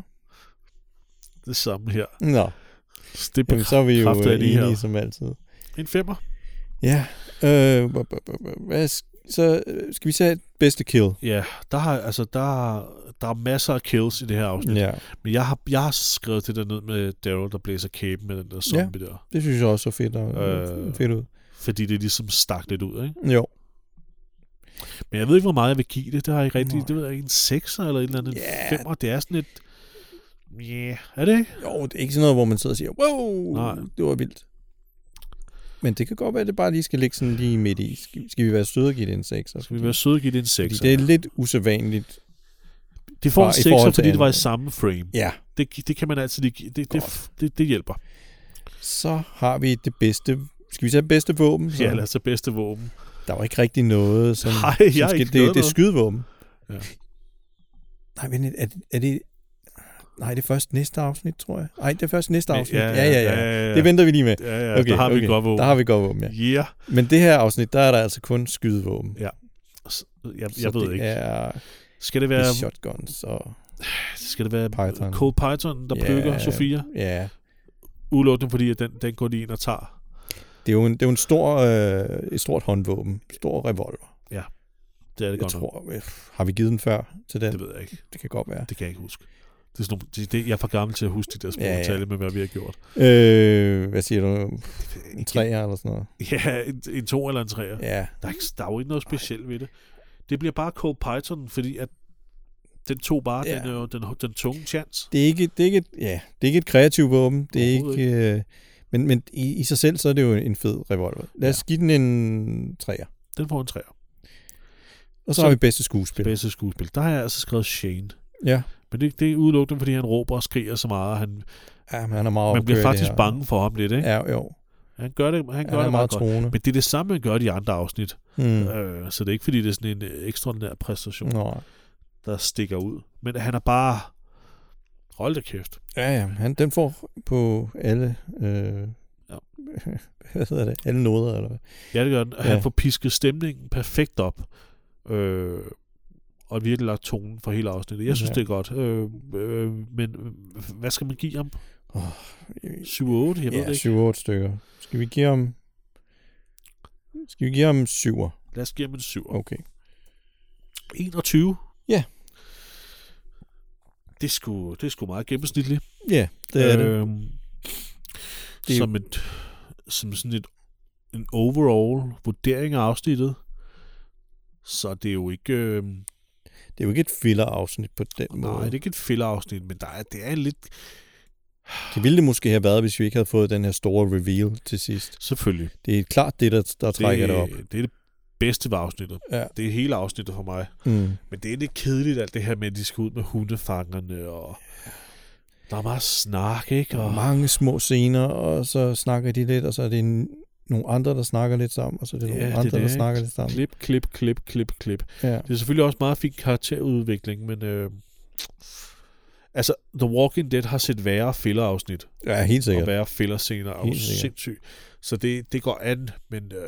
Det samme her. Nå. Det jamen, så er vi jo enige som altid. En femmer? Ja. Øh, hvad så skal vi sige bedste kill? Ja, der har altså der der er masser af kills i det her afsnit. Ja. Men jeg har jeg har skrevet det der ned med Daryl, der blæser kæben med den der zombie ja, der. Det synes jeg også er fedt, og øh, fedt ud. Fordi det ligesom stak lidt ud, ikke? Jo. Men jeg ved ikke, hvor meget jeg vil give det. Det har jeg ikke rigtig. Det ved jeg ikke, en sekser eller et eller andet yeah. femmer. Det er sådan et. Ja, yeah. Er det ikke? Jo, det er ikke sådan noget, hvor man sidder og siger, wow, nej, det var vildt. Men det kan godt være, at det bare lige skal ligge sådan lige midt i. Skal, skal vi være søde og give det en sekser? Skal vi være søde og give det en sekser? Det er lidt usædvanligt. Det får en sekser, fordi det var i samme frame. Ja. Det, det kan man altid lige det, det, det, det hjælper. Så har vi det bedste. Skal vi tage bedste våben? Så? Ja, lad os tage bedste våben. Der var ikke rigtig noget, som, Nej, jeg som skal, ikke det, noget det er skydevåben. Ja. Nej, men er, er det... Nej, det er først næste afsnit, tror jeg. Nej, det er først næste afsnit. Ja, ja, ja, ja. ja, ja. Det venter vi lige med. Ja, ja, okay, der har okay. vi godt våben. Der har vi godt våben, ja. Yeah. Men det her afsnit, der er der altså kun skydevåben. Ja. Jeg, jeg ved det ikke. Er skal det være... shotguns og... Skal det være Python. Cold Python, der ja, plukker Sofia? Ja. Udelukkende, fordi at den, den går lige ind og tager. Det er jo en, det er jo en stor, øh, et stort håndvåben. Stor revolver. Ja, det er det jeg godt tror, nok. Har vi givet den før til den? Det ved jeg ikke. Det kan godt være. Det kan jeg ikke huske. Det er sådan nogle, det, det, jeg er for gammel til at huske de der små ja, ja. detaljer med, hvad vi har gjort. Øh, hvad siger du? En treer eller sådan noget? Ja, en, en to eller en treer. Ja. Der er, ikke, der er jo ikke noget specielt ved det. Det bliver bare Cold Python, fordi at den tog bare ja. den, øh, den, den tunge chance. Det er ikke, det er ikke et, ja, det er ikke et kreativt våben. Det er ikke, øh, men, men i, i sig selv, så er det jo en fed revolver. Lad os ja. give den en treer. Den får en treer. Og så, så har vi bedste skuespil. Bedste skuespil. Der har jeg altså skrevet Shane. Ja. Men det, det er udelukkende, fordi han råber og skriger så meget. Han, ja, men han er meget man bliver faktisk bange for ham lidt, ikke? Ja, jo. Han gør det, han gør ja, det meget godt. Troende. Men det er det samme, han gør i de andre afsnit. Hmm. Øh, så det er ikke, fordi det er sådan en ekstraordinær præstation, Nå. der stikker ud. Men han er bare... Hold da kæft. Ja, ja. Han, den får på alle... Øh, ja. hvad hedder det? Alle noder, eller hvad? Ja, det gør den. Han ja. får pisket stemningen perfekt op. Øh... og virkelig lagt tonen for hele afsnittet. Jeg synes, ja. det er godt. Øh, øh, men hvad skal man give ham? Oh, syv otte? Jeg ved ja, det ikke. syv otte stykker. Skal vi give ham... Skal vi give ham syver? Lad os give ham en syver. Okay. enogtyve? Ja. Det er sgu, det er sgu meget gennemsnitligt. Ja, det er øh, det. det. Som, et, som sådan et en overall vurdering af afsnittet. Så det er jo ikke... Øh, det er jo ikke et filler-afsnit på den nej, måde. Nej, det er ikke et filler-afsnit, men der er, det er lidt... Det ville det måske have været, hvis vi ikke havde fået den her store reveal til sidst. Selvfølgelig. Det er klart det, der, der trækker det, det op. Det er det bedste ved afsnittet. Ja. Det er hele afsnittet for mig. Mm. Men det er lidt kedeligt, alt det her med, at de skal ud med hundefangerne, og der er meget snak, ikke? Og mange små scener, og så snakker de lidt, og så er det en nogle andre, der snakker lidt sammen, og så er det ja, nogle andre, det, det, der snakker lidt sammen. Klip, klip, klip, klip, klip. Ja. Det er selvfølgelig også meget fin karakterudvikling, men øh, altså, The Walking Dead har set værre filler-afsnit. Ja, helt sikkert. Og værre filler-scener, og sindssygt. Så det, det går an, men øh,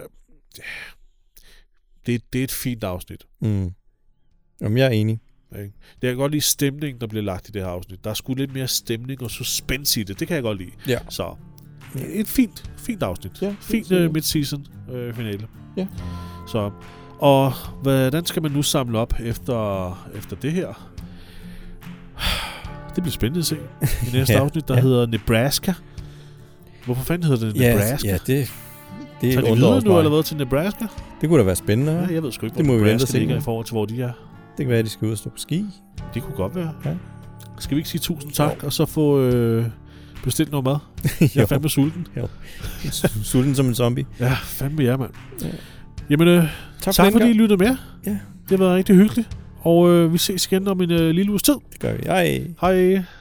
det, det er et fint afsnit. Mm. Jamen, jeg er enig. Det kan godt lide stemningen, der bliver lagt i det her afsnit. Der er sgu lidt mere stemning og suspense i det. Det kan jeg godt lide. Ja. Så et fint, fint afsnit. Ja, fint uh, mid-season uh, finale. Ja. Så, og hvordan skal man nu samle op efter, efter det her? Det bliver spændende at se i næste ja, afsnit, der ja. hedder Nebraska. Hvorfor fanden hedder det Nebraska? Ja, ja det, det er de videre nu, eller hvad, til Nebraska? Det kunne da være spændende. Ja, jeg ved sgu ikke, hvor det må Nebraska vi ligger i forhold til, hvor de er. Det kan være, at de skal ud og stå på ski. Det kunne godt være. Ja. Skal vi ikke sige tusind tak, og så få øh, bestilt noget mad? Jeg er fandme sulten. Jo. Sulten som en zombie. Ja, fandme ja, mand. Ja. Jamen, øh, tak, tak for fordi I lyttede med. Ja. Det har været rigtig hyggeligt. Og øh, vi ses igen om en øh, lille uges tid. Det gør vi. Hej. Hej.